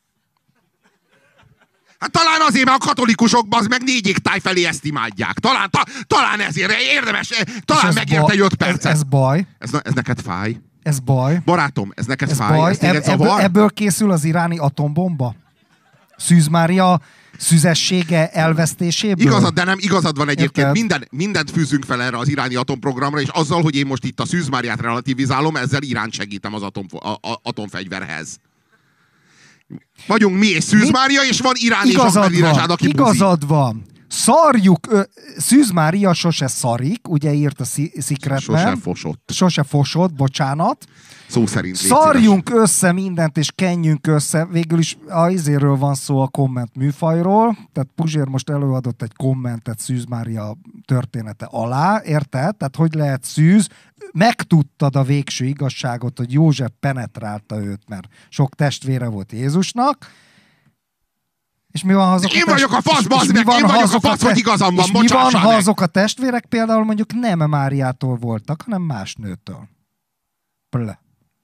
Hát talán azért, mert a katolikusokban az meg 4 égtáj felé ezt imádják. Talán ezért érdemes, talán megérte 5 percet. Ez baj. Ez neked fáj? Ez baj. Barátom, ez neked fáj? Ez ebből készül az iráni atombomba? Szűz Mária szüzessége elvesztéséből? Igazad, de nem igazad van egyébként. Mindent fűzünk fel erre az iráni atomprogramra, és azzal, hogy én most itt a Szűz Máriát relativizálom, ezzel Iránt segítem az atomfegyverhez. Vagyunk mi és Szűz Mária, és van Irán és Ahmadinezsád, aki igazad van. Szarjuk, Szűz Mária sose szarik, ugye írt a Secretben. Sose fosott, bocsánat. Szó szerint. Szarjunk össze mindent, és kenjünk össze. Végül is izéről van szó, a komment műfajról. Tehát Puzsér most előadott egy kommentet Szűz Mária története alá, érted? Tehát hogy lehet szűz? Megtudtad a végső igazságot, hogy József penetrálta őt, mert sok testvére volt Jézusnak. És mi van, ha azok Én vagyok a fasz, bazd meg! Én vagyok a fasz, hogy igazam van, és mi van, ha meg. azok a testvérek például mondjuk nem Máriától voltak, hanem más nőtől? Ple.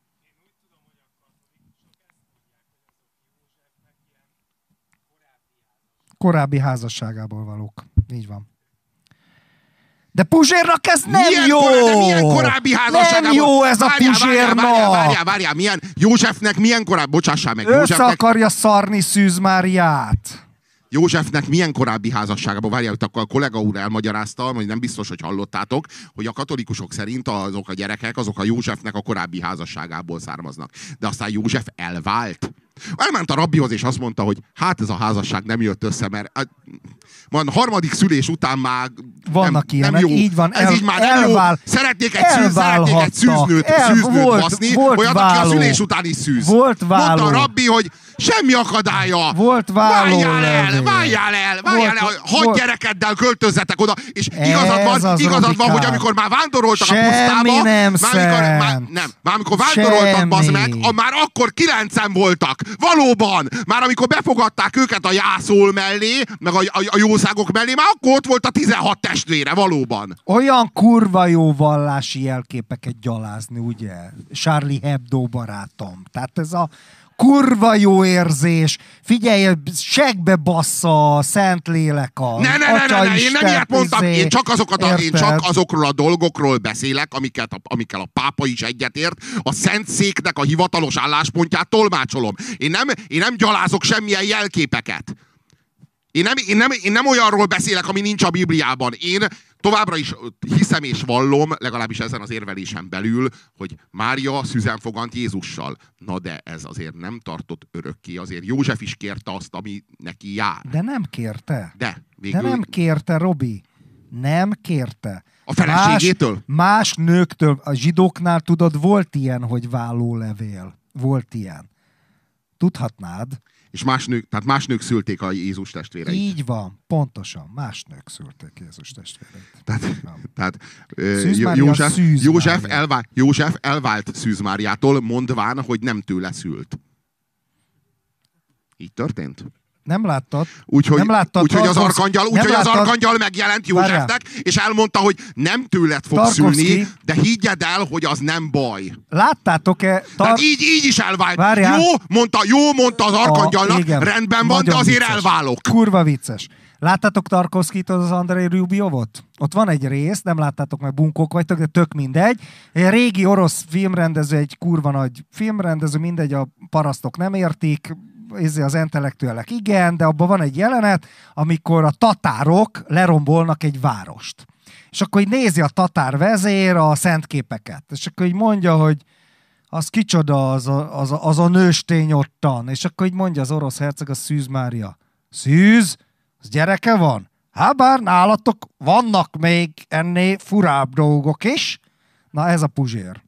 Korábbi házasságából valók. Így van. De Puzsérnak ez nem jó! De milyen korábbi házasságából? Nem jó ez a Puzsérnak! Várjál, milyen Józsefnek milyen korábbi... Bocsássál meg, Össze akarja szarni Szűz Máriát. Józsefnek milyen korábbi házasságában, várjál, hogy akkor a kollega úr elmagyarázta, hogy nem biztos, hogy hallottátok, hogy a katolikusok szerint azok a gyerekek, azok a Józsefnek a korábbi házasságából származnak. De aztán József elvált. Elment a rabbihoz, és azt mondta, hogy hát ez a házasság nem jött össze, mert a harmadik szülés után már vannak ilyenek, nem jó. Így van, ez így már nem jó. Szeretnék egy szűznőt baszni, olyat, aki a szülés után is szűz. Volt váló. Mondta a rabbi, hogy semmi akadálya. Volt váló. Várjál el, 6 gyerekeddel költözzetek oda, és igazad van, hogy amikor már vándoroltak semmi a pusztába, nem amikor vándoroltak, bazd meg, már akkor 9-en voltak. Valóban! Már amikor befogadták őket a jászol mellé, meg a jószágok mellé, már akkor ott volt a 16 testvére, valóban. Olyan kurva jó vallási jelképeket gyalázni, ugye? Charlie Hebdo barátom. Tehát ez a kurva jó érzés. Figyelj, segbe bassza a Szentlélek a Ne, én nem ilyet mondtam. Én csak azokról a dolgokról beszélek, amikkel a pápa is egyetért. A Szentszéknek a hivatalos álláspontját tolmácsolom. Én nem gyalázok semmilyen jelképeket. Én nem olyanról beszélek, ami nincs a Bibliában. Én továbbra is hiszem és vallom, legalábbis ezen az érvelésen belül, hogy Mária szüzen fogant Jézussal. Na de ez azért nem tartott örökké. Azért József is kérte azt, ami neki jár. De nem kérte. Végül... De nem kérte, Robi. Nem kérte. A feleségétől? Más nőktől. A zsidóknál tudod, volt ilyen, hogy vállólevél. Volt ilyen. Tudhatnád. És más nők szülték a Jézus testvéreit. Így van, pontosan. Más nők szülték Jézus testvéreit. Tehát József elvált Szűz Máriától, mondván, hogy nem tőle szült. Így történt? Nem láttad? Úgyhogy az arkangyal megjelent Józsefnek, és elmondta, hogy nem tőled fog szülni, de higgyed el, hogy az nem baj. Láttátok-e? Tehát így is elvált. Jó mondta az arkangyalnak, rendben van, de azért vicces. Elválok. Kurva vicces. Láttátok Tarkovszkit, az Andrei Rubiovot? Ott van egy rész, nem láttátok, meg bunkók vagytok, de tök mindegy. Egy régi orosz filmrendező, egy kurva nagy filmrendező, mindegy, a parasztok nem értik, az intellektuelek igen, de abban van egy jelenet, amikor a tatárok lerombolnak egy várost. És akkor így nézi a tatár vezér a szentképeket. És akkor így mondja, hogy az kicsoda az a nőstény ottan. És akkor így mondja az orosz herceg, a Szűz Mária. Szűz? Az gyereke van? Hát bár nálatok vannak még ennél furább dolgok is. Na ez a Puzsér.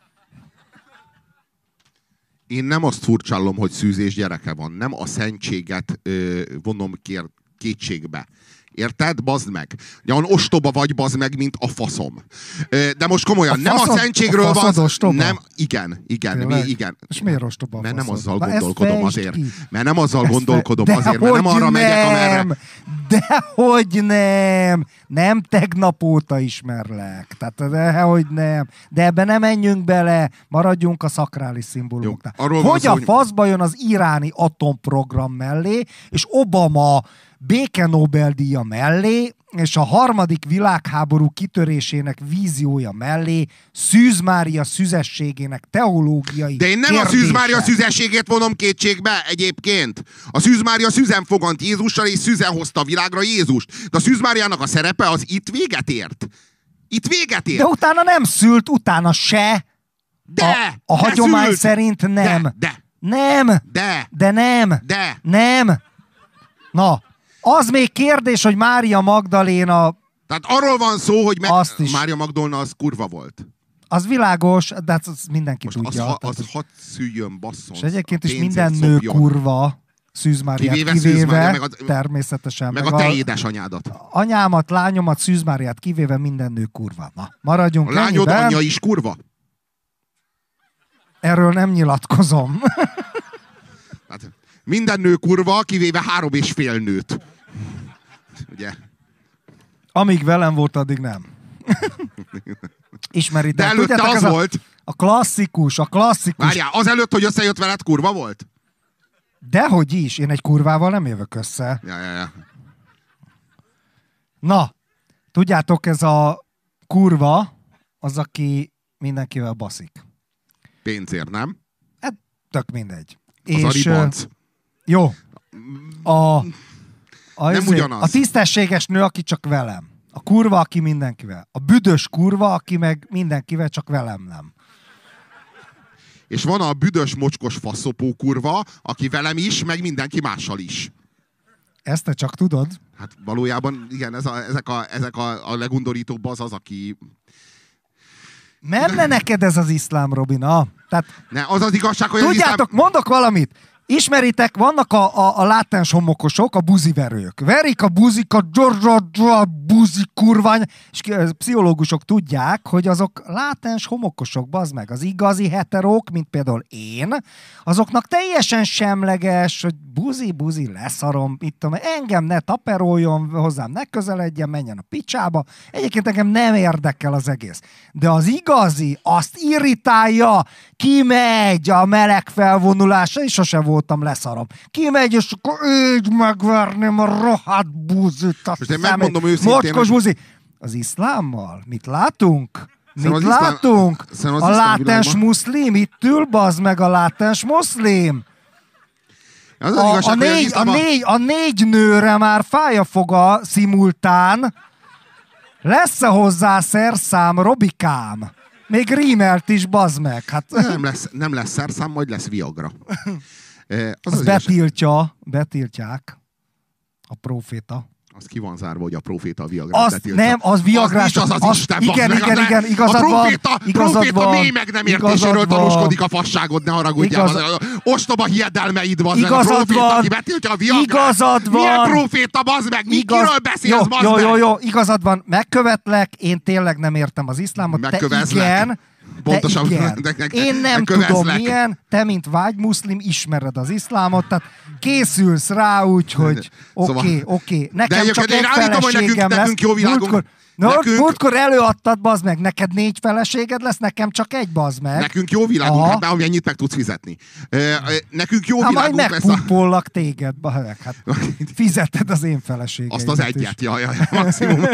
Én nem azt furcsálom, hogy Szűz és gyereke van. Nem a szentséget vonom kétségbe. Érted? Bazd meg. Olyan ostoba vagy, bazd meg, mint a faszom. De most komolyan, nem a szentségről van. Nem, igen. És miért ostoba a mert nem azzal Na, gondolkodom azért. Mert nem azzal gondolkodom azért, mert nem arra megyek, amerre... Dehogy nem! Nem tegnap óta ismerlek. Tehát dehogy nem. De ebbe nem menjünk bele, maradjunk a szakrális szimbólumoknál. Hogy a faszba jön az iráni atomprogram mellé, és Obama béke Nobel-díja mellé, és a harmadik világháború kitörésének víziója mellé Szűz Mária szüzességének teológiai De én nem kérdése. a Szűz Mária szüzességét vonom kétségbe egyébként. A Szűz Mária szüzen fogant Jézussal, és szüzen hozta a világra Jézust. De a Szűz Máriának a szerepe az itt véget ért. Itt véget ért. De utána nem szült, utána se. A hagyomány szült. Szerint nem. Nem. De nem. Nem. Na. Az még kérdés, hogy Mária Magdaléna... Tehát arról van szó, hogy Mária Magdolna az kurva volt. Az világos, de hát az mindenki most tudja. Az hadd szüljön, basszon. És egyébként is minden nő kurva, Szűz Máriát kivéve természetesen. Meg a te édesanyádat. Anyámat, lányomat, Szűz Máriát kivéve minden nő kurva. Na, maradjunk ennyiben. A lányod anyja is kurva? Erről nem nyilatkozom. Minden nő kurva, kivéve 3,5 nőt. Ugye? Amíg velem volt, addig nem. Ismeritek. De előtte tudjátok, az volt. A klasszikus. Várjál, azelőtt, hogy összejött veled, kurva volt? Dehogy is, én egy kurvával nem jövök össze. Ja. Na, tudjátok, ez a kurva az, aki mindenkivel baszik. Pénzért, nem? Hát tök mindegy. Az a ribanc. Jó. Nem ugyanaz. A tisztességes nő, aki csak velem. A kurva, aki mindenkivel. A büdös kurva, aki meg mindenkivel, csak velem nem. És van a büdös, mocskos faszopó kurva, aki velem is, meg mindenki mással is. Ezt te csak tudod? Hát valójában igen, ezek a legundorítóbb az, aki... Menne neked ez az iszlám, Robina? Tehát, ne, az az igazság, hogy tudjátok, mondok valamit. Ismeritek, vannak a látens homokosok, a buziverők. Verik a buzikat, buzi kurvány, és pszichológusok tudják, hogy azok látens homokosok, bazd meg. Az igazi heterók, mint például én, azoknak teljesen semleges, hogy buzi, leszarom, itt tudom, engem ne taperoljon, hozzám ne közeledjen, menjen a picsába. Egyébként engem nem érdekel az egész. De az igazi, azt irritálja, kimegy a meleg felvonulásra, és sose voltam, leszarom. Kimegy, és akkor így megverném a rohadt buzit, a most én megmondom őszintén, mocskos buzi. Az iszlámmal mit látunk? Mit látunk? A látens muszlim, itt ül, bazd meg a látens muszlim. A négy nőre már fáj a foga szimultán. Lesz-e hozzá szerszám, Robikám? Még rímelt is, bazd meg. Hát... Nem lesz szerszám, majd lesz Viagra. Az betiltják a próféta. Az ki van zárva, hogy a próféta a Viagrát betiltja. Nem, az Viagrás. Az Isten, igen, igazad van. A próféta mély meg nem értéséről tanúskodik a fasságod, ne haragudjál. Ostoba hiedelmeid van. A próféta, aki betiltja a Viagrát. Igazad van. Milyen próféta, bazd meg? Kiről beszélsz, bazd meg? Jó, igazad van. Megkövetlek, én tényleg nem értem az iszlámot. Megkövezlek. Te igen. Pontosan. Én nem tudom milyen, te mint vágymuszlim ismered az iszlámot, tehát készülsz rá úgy, hogy oké. Nekem csak egy feleségem lesz. Múltkor előadtad, bazd meg, neked 4 feleséged lesz, nekem csak egy, bazd meg. Nekünk jó világunk, hát már ennyit meg tudsz fizetni. Nekünk jó világunk lesz. Majd megpumpollak téged, hát fizeted az én feleségeimet. Azt az egyet, maximum.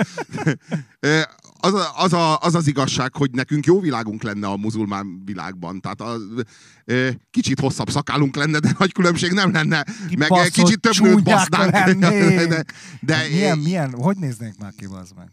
Az igazság, hogy nekünk jó világunk lenne a muzulmán világban. Tehát kicsit hosszabb szakálunk lenne, de nagy különbség nem lenne. Meg kicsit több nőt basznánk. Milyen? Hogy néznénk már ki, bazd meg?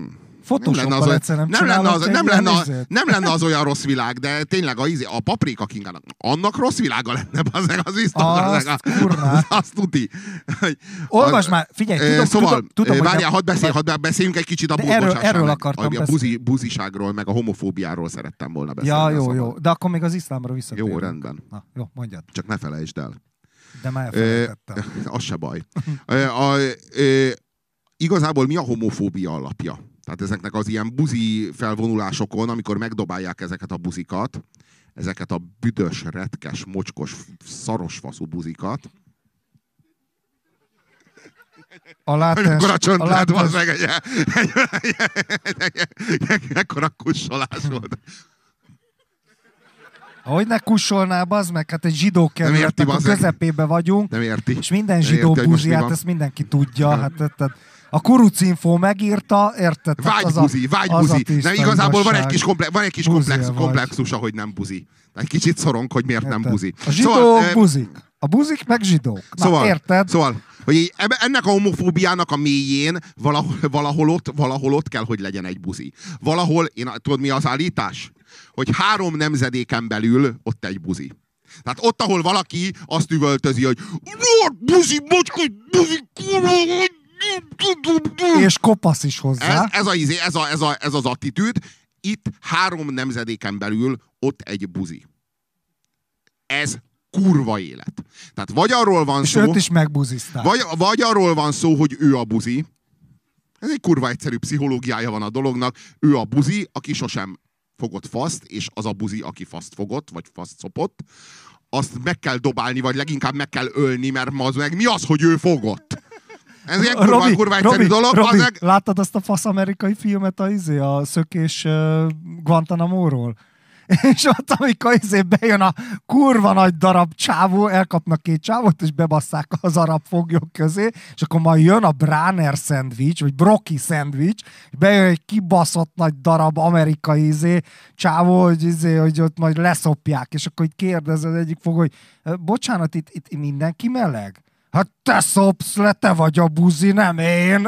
Nem lenne az olyan rossz világ, de tényleg a Paprika Kingának annak rossz világa lenne, az biztos. Azt tudni. Olvasd már, figyelj, tudom, várjál, hadd beszéljünk egy kicsit erről akartam a buziságról, meg a homofóbiáról szerettem volna beszélni. Jó, de akkor még az iszlámra visszatérünk. Jó, rendben. Na, jó, mondjad. Csak ne felejtsd el. De már elfelejtettem. Az se baj. Igazából mi a homofóbia alapja? Tehát ezeknek az ilyen buzi felvonulásokon, amikor megdobálják ezeket a buzikat, ezeket a büdös, retkes, mocskos, szarosfaszú buzikat. Akkor a csöndlád van meg ekkora kussolás volt. Ahogy ne kussolnál, bazd meg, hát egy zsidó kerületnek a közepébe vagyunk. Nem érti. És minden zsidó buzi, hát ezt mindenki tudja. Hát a Kurucinfo megírta, érted? Vágybuzi. Nem, igazából van egy kis komplexus, ahogy nem buzi. Egy kicsit szorong, hogy miért nem buzi. A zsidók buzik. A buzik meg zsidók. Na, érted? Szóval, hogy ennek a homofóbiának a mélyén valahol ott kell, hogy legyen egy buzi. Valahol, tudod mi az állítás? Hogy 3 nemzedéken belül ott egy buzi. Tehát ott, ahol valaki azt üvöltözi, hogy buzi, bocskaj, buzi, és kopasz is hozzá. Ez az attitűd. Itt 3 nemzedéken belül ott egy buzi. Ez kurva élet. Tehát vagy arról van szó... És őt is megbuzizták. Vagy arról van szó, hogy ő a buzi. Ez egy kurva egyszerű pszichológiája van a dolognak. Ő a buzi, aki sosem fogott faszt, és az a buzi, aki faszt fogott, vagy faszt szopott. azt meg kell dobálni, vagy leginkább meg kell ölni, mert az meg mi az, hogy ő fogott? Ez ilyen kurva egyszerű dolog. Robi, láttad azt a fasz amerikai filmet a szökés Guantanamo-ról? És ott, amikor bejön a kurva nagy darab csávó, elkapnak 2 csávót, és bebasszák az arab foglyok közé, és akkor majd jön a Bráner szendvics, vagy Brocky szendvics, és bejön egy kibaszott nagy darab amerikai csávó, hogy ott majd leszopják, és akkor így kérdez az egyik fog, hogy bocsánat, itt mindenki meleg? Hát te szopsz le, te vagy a buzi, nem én.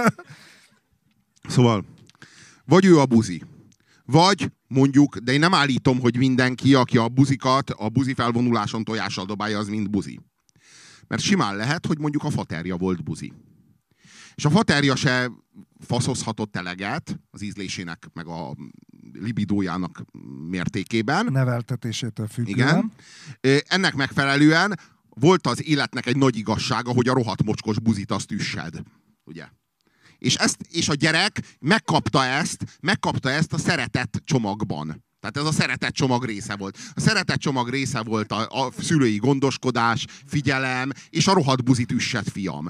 Szóval, vagy ő a buzi, vagy mondjuk, de én nem állítom, hogy mindenki, aki a buzikat a buzi felvonuláson tojással dobálja, az mind buzi. Mert simán lehet, hogy mondjuk a faterja volt buzi. És a faterja se faszozhatott eleget az ízlésének, meg a libidójának mértékében. Neveltetésétől függően. Igen. Ennek megfelelően volt az életnek egy nagy igazsága, hogy a rohadt mocskos buzit azt üssed. Ugye? És a gyerek megkapta ezt a szeretett csomagban. Tehát ez a szeretett csomag része volt. A szeretett csomag része volt a szülői gondoskodás, figyelem, és a rohadt buzit üssed, fiam.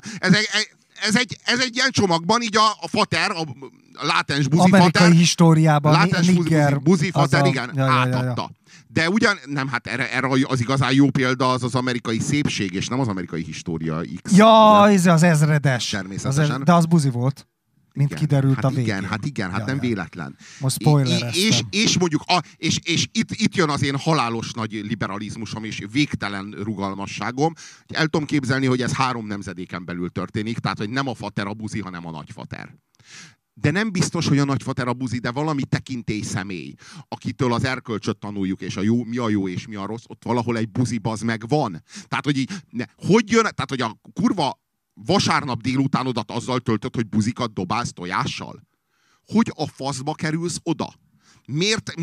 Ez egy ilyen csomagban, így a fater, a látens buzi amerikai fater. Amerikai históriában. Látens buzi fater, igen, átadta. De ugyan, nem, hát erre az igazán jó példa az amerikai szépség, és nem az amerikai história X. Ja, ez az ezredes. Természetesen. De az buzi volt, mint igen, kiderült hát a végén. Hát nem véletlen. Most spoilereztem. És mondjuk, és itt jön az én halálos nagy liberalizmusom és végtelen rugalmasságom. El tudom képzelni, hogy ez 3 nemzedéken belül történik, tehát, hogy nem a fater a buzi, hanem a nagyfater. De nem biztos, hogy a nagyfater a buzi, de valami tekintély személy, akitől az erkölcsöt tanuljuk, és mi a jó és mi a rossz, ott valahol egy buzi bazd meg van. Tehát, hogy hogy jön, tehát, hogy a kurva vasárnap délutánodat azzal töltött, hogy buzikat dobálsz tojással? Hogy a faszba kerülsz oda? Miért?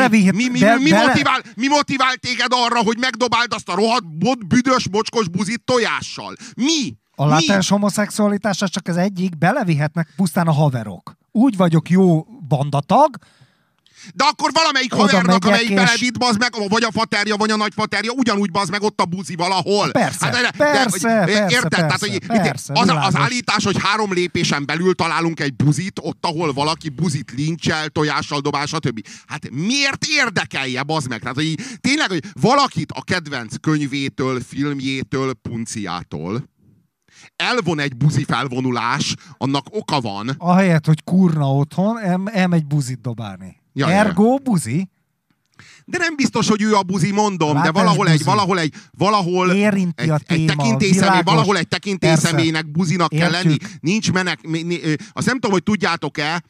Mi motivál téged arra, hogy megdobáld azt a rohadt büdös, mocskos buzit tojással? Mi? A látens homoszexualitás az csak az egyik, belevihetnek pusztán a haverok. Úgy vagyok jó bandatag, de akkor valamelyik havernak, amelyik belevitt, bazd meg, vagy a faterja, vagy a nagyfaterja, ugyanúgy bazd meg ott a buzi valahol. Persze, hát, persze. Tehát, hogy az állítás, hogy 3 lépésen belül találunk egy buzit, ott, ahol valaki buzit lincsel, tojással dobál, stb. Hát miért érdekelje, bazd meg? Tehát, hogy tényleg, hogy valakit a kedvenc könyvétől, filmjétől, punciától elvon egy buzi felvonulás, annak oka van. Ahelyett, hogy kurna otthon, elmegy buzit dobálni. Ergo buzi. De nem biztos, hogy ő a buzi, mondom, látás de valahol érinti a téma, valahol egy tekintélyszemélynek buzinak kell lenni. Nincs azt nem tudom, hogy tudjátok-e,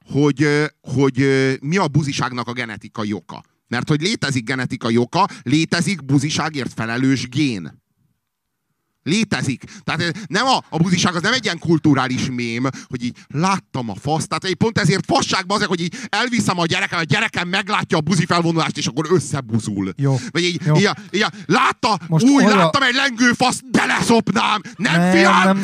hogy mi a buziságnak a genetikai oka. Mert hogy létezik genetikai oka, létezik buziságért felelős gén. Létezik. Tehát nem a buziság az nem egy ilyen kulturális mém, hogy így láttam a faszt. Tehát pont ezért fasságban azért, hogy így elviszem a gyerekem meglátja a buzi felvonulást, és akkor összebuzul. Jó. Vagy így láttam egy lengő faszt, beleszopnám. Nem, fiam!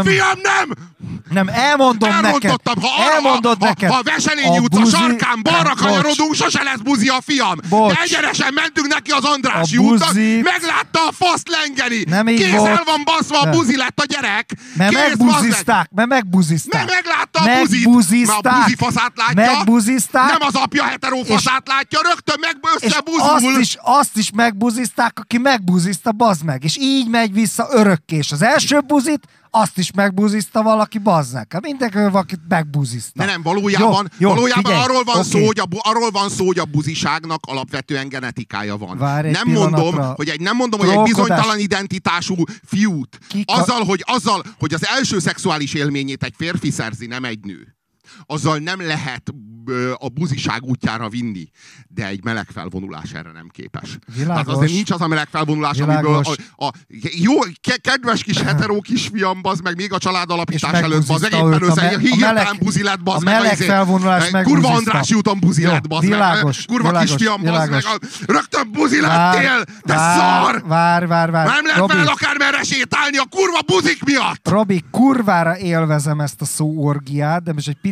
Nem, elmondom neked. Ha a Veselényi utca sarkán balra kanyarodunk, sose lesz buzi a fiam. De egyenesen mentünk neki az Andrássy útnak, meglátta a faszt lengeni. Kézzel van baszva, a buzi lett a gyerek. Mert megbuzizták. Mert meglátta a buzit. Mert a buzi faszát látja. Nem az apja hetero faszát látja, rögtön összebuzul. És azt is megbuzizták, aki megbuzizta, bazd meg. És így megy vissza örökké. És az első buzit azt is megbuzizta valaki, bazzák. Mindenki valakit megbuzizta. De nem, valójában figyelj, arról van szó, hogy a buziságnak alapvetően genetikája van. Nem mondom, hogy egy bizonytalan identitású fiút azzal, hogy az első szexuális élményét egy férfi szerzi, nem egy nő. Azzal nem lehet a buziság útjára vinni, de egy meleg felvonulás erre nem képes. Világos. Tehát azért nincs az a meleg felvonulás, amiből jó, kedves kis hetero kisfiam, bazd meg, még a családalapítás előtt, bazd meg, éppen hirtelen buzi lett, bazd meg. A meleg felvonulás megbuzizta. Kurva Andrássy úton buzi lett, bazd meg. Kurva kisfiam, bazd meg. Rögtön buzi lettél, de szar! Várj. Nem lehet veled akármerre sétálni a kurva buzik miatt! Robi, kurvára élvezem ezt a szóorgiát, de most egy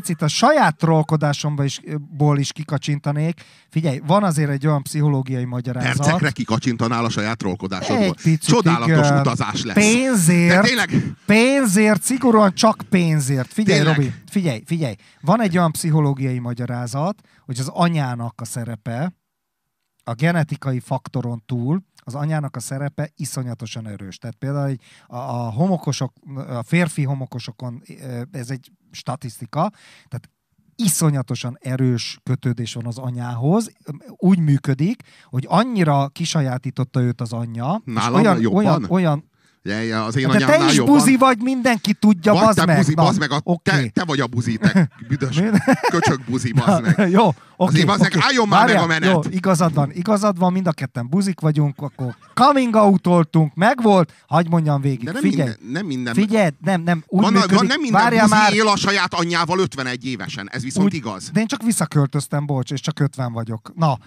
picit a saját trollkodásomból is kikacsintanék. Figyelj, van azért egy olyan pszichológiai magyarázat. Percekre kikacsintanál a saját trollkodásodból. Egy picit, Csodálatos igen. utazás lesz. Pénzért, szigorúan csak pénzért. Figyelj, Tényleg? Robi, figyelj. Van egy olyan pszichológiai magyarázat, hogy az anyának a szerepe, a genetikai faktoron túl, az anyának a szerepe iszonyatosan erős. Tehát például a férfi homokosokon, ez egy statisztika, tehát iszonyatosan erős kötődés van az anyához, úgy működik, hogy annyira kisajátította őt az anyja, Nálam és olyan az én de anyámnál te is jobban. buzi vagy, mindenki tudja, Vagy bazd te meg. buzi, bazd meg, okay. te vagy a buzi, te büdös köcsög buzi, bazd meg. Jó, Azért bazd meg, álljon már meg a menet. Jó, igazad van, mind a ketten buzik vagyunk, akkor coming out-oltunk, megvolt, hagyj mondjam végig. De nem figyelj, nem minden. Figyelj, nem, úgy van, működik. van nem minden Várjál buzi már, él a saját anyjával 51 évesen, ez viszont igaz. de én csak visszaköltöztem, bocs, és csak 50 vagyok. Na,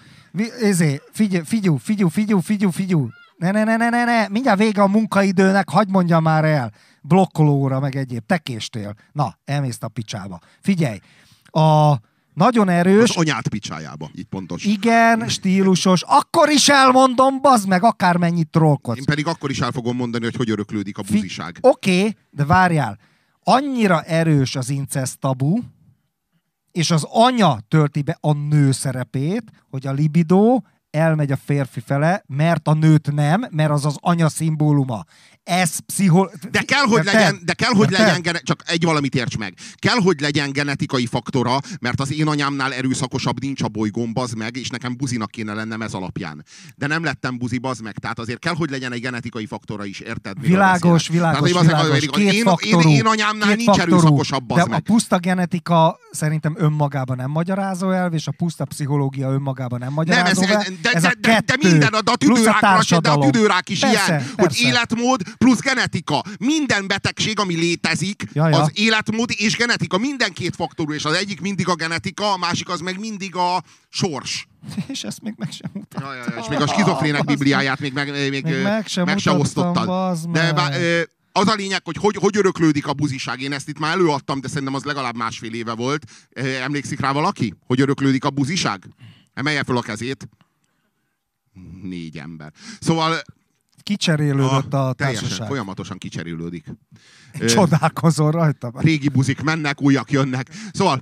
figyelj, Ne, mindjárt vége a munkaidőnek, hagyd mondjam már el. Blokkolóra, meg egyéb. Te késtél. Na, elmész a picsába. Figyelj, nagyon erős... Az anyát picsájába, így pontos. Igen, stílusos. Akkor is elmondom, bazd meg, akármennyit trollkodsz. Én pedig akkor is el fogom mondani, hogy öröklődik a buziság. Oké, de várjál. Annyira erős az incest tabu, és az anya tölti be a nő szerepét, hogy a libido elmegy a férfi fele, mert a nőt nem, mert az anya szimbóluma. Ez De kell, hogy legyen, csak egy valamit érts meg. Kell, hogy legyen genetikai faktora, mert az én anyámnál erőszakosabb nincs a bolygón, bazd meg, és nekem buzinak kéne lennem ez alapján. De nem lettem buzi, bazd meg. Tehát azért kell, hogy legyen egy genetikai faktora is, érted? Világos. Két faktorú. Én anyámnál nincs erőszakosabb, bazd meg. De a puszta genetika szerintem önmagában nem magyarázó elv, és a puszta pszichológia önmagában nem magyarázó elv. De minden, a tüdőrák is ilyen, hogy életmód plusz genetika. Minden betegség, ami létezik, az életmód és genetika. Minden két faktorú, és az egyik mindig a genetika, a másik az meg mindig a sors. És ezt még meg sem mutattam. És még a skizofrének bibliáját még meg sem osztottad. De az a lényeg, hogy öröklődik a buziság. Én ezt itt már előadtam, de szerintem az legalább 1,5 éve volt. Emlékszik rá valaki, hogy öröklődik a buziság? Emelje fel a kezét. 4 ember. Szóval kicserélődött a teljesen, társaság. folyamatosan kicserélődik. Csodálkozol rajta? Régi buzik mennek, újak jönnek. Szóval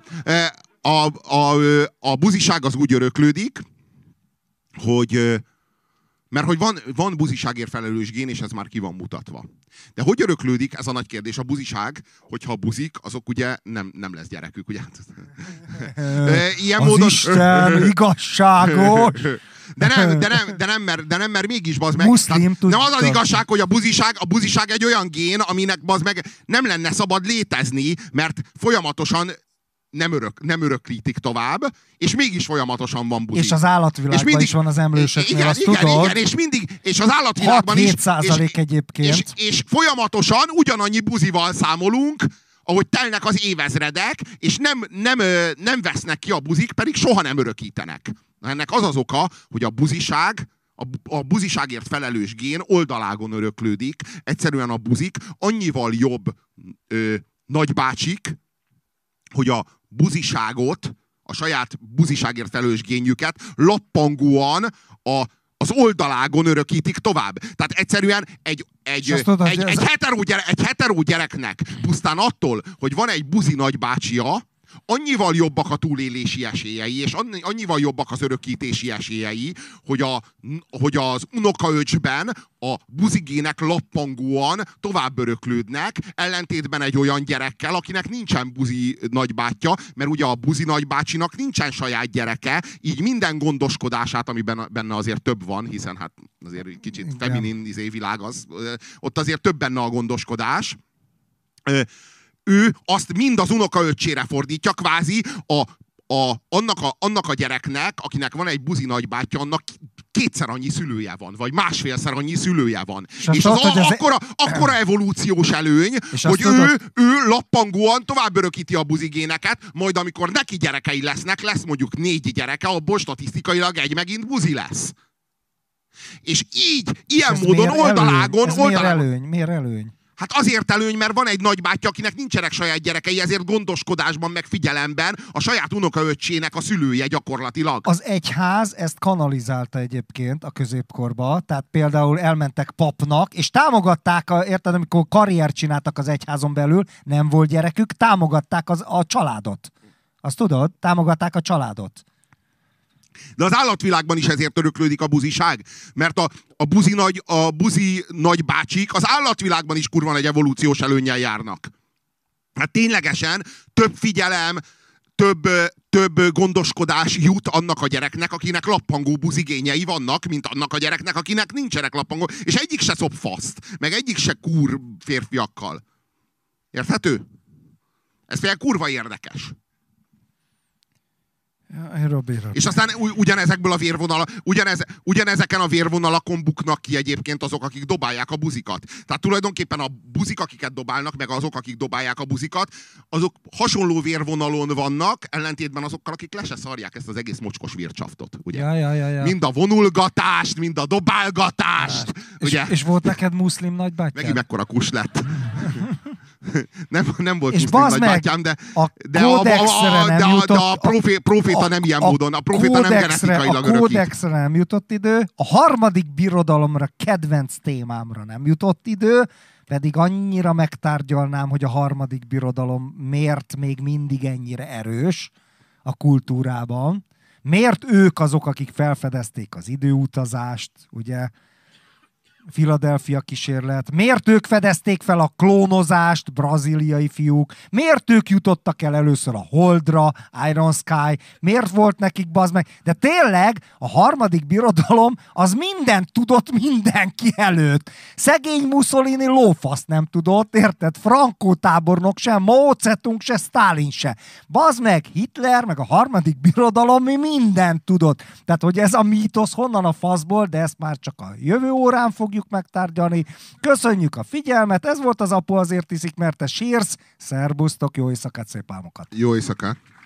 a buziság az úgy öröklődik, hogy mert hogy van buziságért felelős gén, és ez már ki van mutatva. De hogy öröklődik, ez a nagy kérdés. A buziság, hogyha buzik, azok ugye nem lesz gyerekük, ugye? Ilyen az módon... Isten igazságos! De nem, mert mégis, bazd meg. Muszlim, nem az az igazság, hogy a buziság egy olyan gén, aminek, bazd meg, nem lenne szabad létezni, mert folyamatosan nem öröklítik tovább, és mégis folyamatosan van buzi. És az állatvilágban is van az emlősöknél, azt tudod? Igen, és az állatvilágban is. 6-7% egyébként. És folyamatosan ugyanannyi buzival számolunk, ahogy telnek az évezredek, és nem vesznek ki a buzik, pedig soha nem örökítenek. Ennek az az oka, hogy a buziságért felelős gén oldalágon öröklődik. Egyszerűen a buzik annyival jobb nagybácsik, hogy a buziságot, a saját buziságért felelős génjüket lappangóan az oldalágon örökítik tovább. Tehát egyszerűen egy heteró gyereknek pusztán attól, hogy van egy buzi nagybácsia, annyival jobbak a túlélési esélyei, és annyival jobbak az örökítési esélyei, hogy az unokaöcsben a buzigének lappangóan tovább öröklődnek, ellentétben egy olyan gyerekkel, akinek nincsen buzi nagybátyja, mert ugye a buzi nagybácsinak nincsen saját gyereke, így minden gondoskodását, ami benne azért több van, hiszen hát azért kicsit feminin világ az, ott azért több benne a gondoskodás. Ő azt mind az unokaöccsére fordítja, kvázi annak a gyereknek, akinek van egy buzi nagybátyja, annak 2-szer annyi szülője van, vagy 1,5-szer annyi szülője van. És az akkora evolúciós előny, hogy ő lappangóan tovább örökíti a buzigéneket, majd amikor neki gyerekei lesz mondjuk 4 gyereke, abból statisztikailag egy megint buzi lesz. És így, ilyen módon oldalágon... Miért előny? Hát azért előny, mert van egy nagybátyja, akinek nincsenek saját gyerekei, ezért gondoskodásban, meg figyelemben a saját unokaöccsének a szülője gyakorlatilag. Az egyház ezt kanalizálta egyébként a középkorba, tehát például elmentek papnak, és támogatták, érted, amikor karriert csináltak az egyházon belül, nem volt gyerekük, támogatták a családot. Azt tudod? Támogatták a családot. De az állatvilágban is ezért öröklődik a buziság, mert a buzi nagybácsik az állatvilágban is kurva nagy evolúciós előnnyel járnak. Hát ténylegesen több figyelem, több gondoskodás jut annak a gyereknek, akinek lappangó buzigényei vannak, mint annak a gyereknek, akinek nincsenek lappangó, és egyik se szob faszt, meg egyik se kúr férfiakkal. Érthető? Ez például kurva érdekes. Ja, Robi. És aztán ugyanezeken a vérvonalakon buknak ki egyébként azok, akik dobálják a buzikat. Tehát tulajdonképpen a buzik, akiket dobálnak, meg azok, akik dobálják a buzikat, azok hasonló vérvonalon vannak, ellentétben azokkal, akik le se szarják ezt az egész mocskos vércsaftot. Ugye? Ja. Mind a vonulgatást, mind a dobálgatást. Ugye? És volt neked muszlim nagybátyád? Megint mekkora kus lett. Nem volt és muszlim nagybátyám, de a proféta nem ilyen módon. A proféta nem genetikailag örökít. A kódexre nem jutott idő, a harmadik birodalomra, kedvenc témámra nem jutott idő, pedig annyira megtárgyalnám, hogy a harmadik birodalom miért még mindig ennyire erős a kultúrában. Miért ők azok, akik felfedezték az időutazást, ugye? Philadelphia kísérlet. Miért ők fedezték fel a klónozást, brazíliai fiúk? Miért ők jutottak el először a Holdra, Iron Sky? Miért volt nekik bazd meg? De tényleg a harmadik birodalom az mindent tudott mindenki előtt. Szegény Mussolini lófaszt nem tudott, érted? Franco tábornok se, Mao Zedong se, Stalin se. Bazd meg, Hitler, meg a harmadik birodalom mi mindent tudott. Tehát, hogy ez a mítosz honnan a faszból, de ezt már csak a jövő órán fogjuk megtárgyalni. Köszönjük a figyelmet, ez volt az Apu azért iszik, mert te sírsz. Szerbusztok, jó éjszakát, szép álmokat! Jó éjszakát!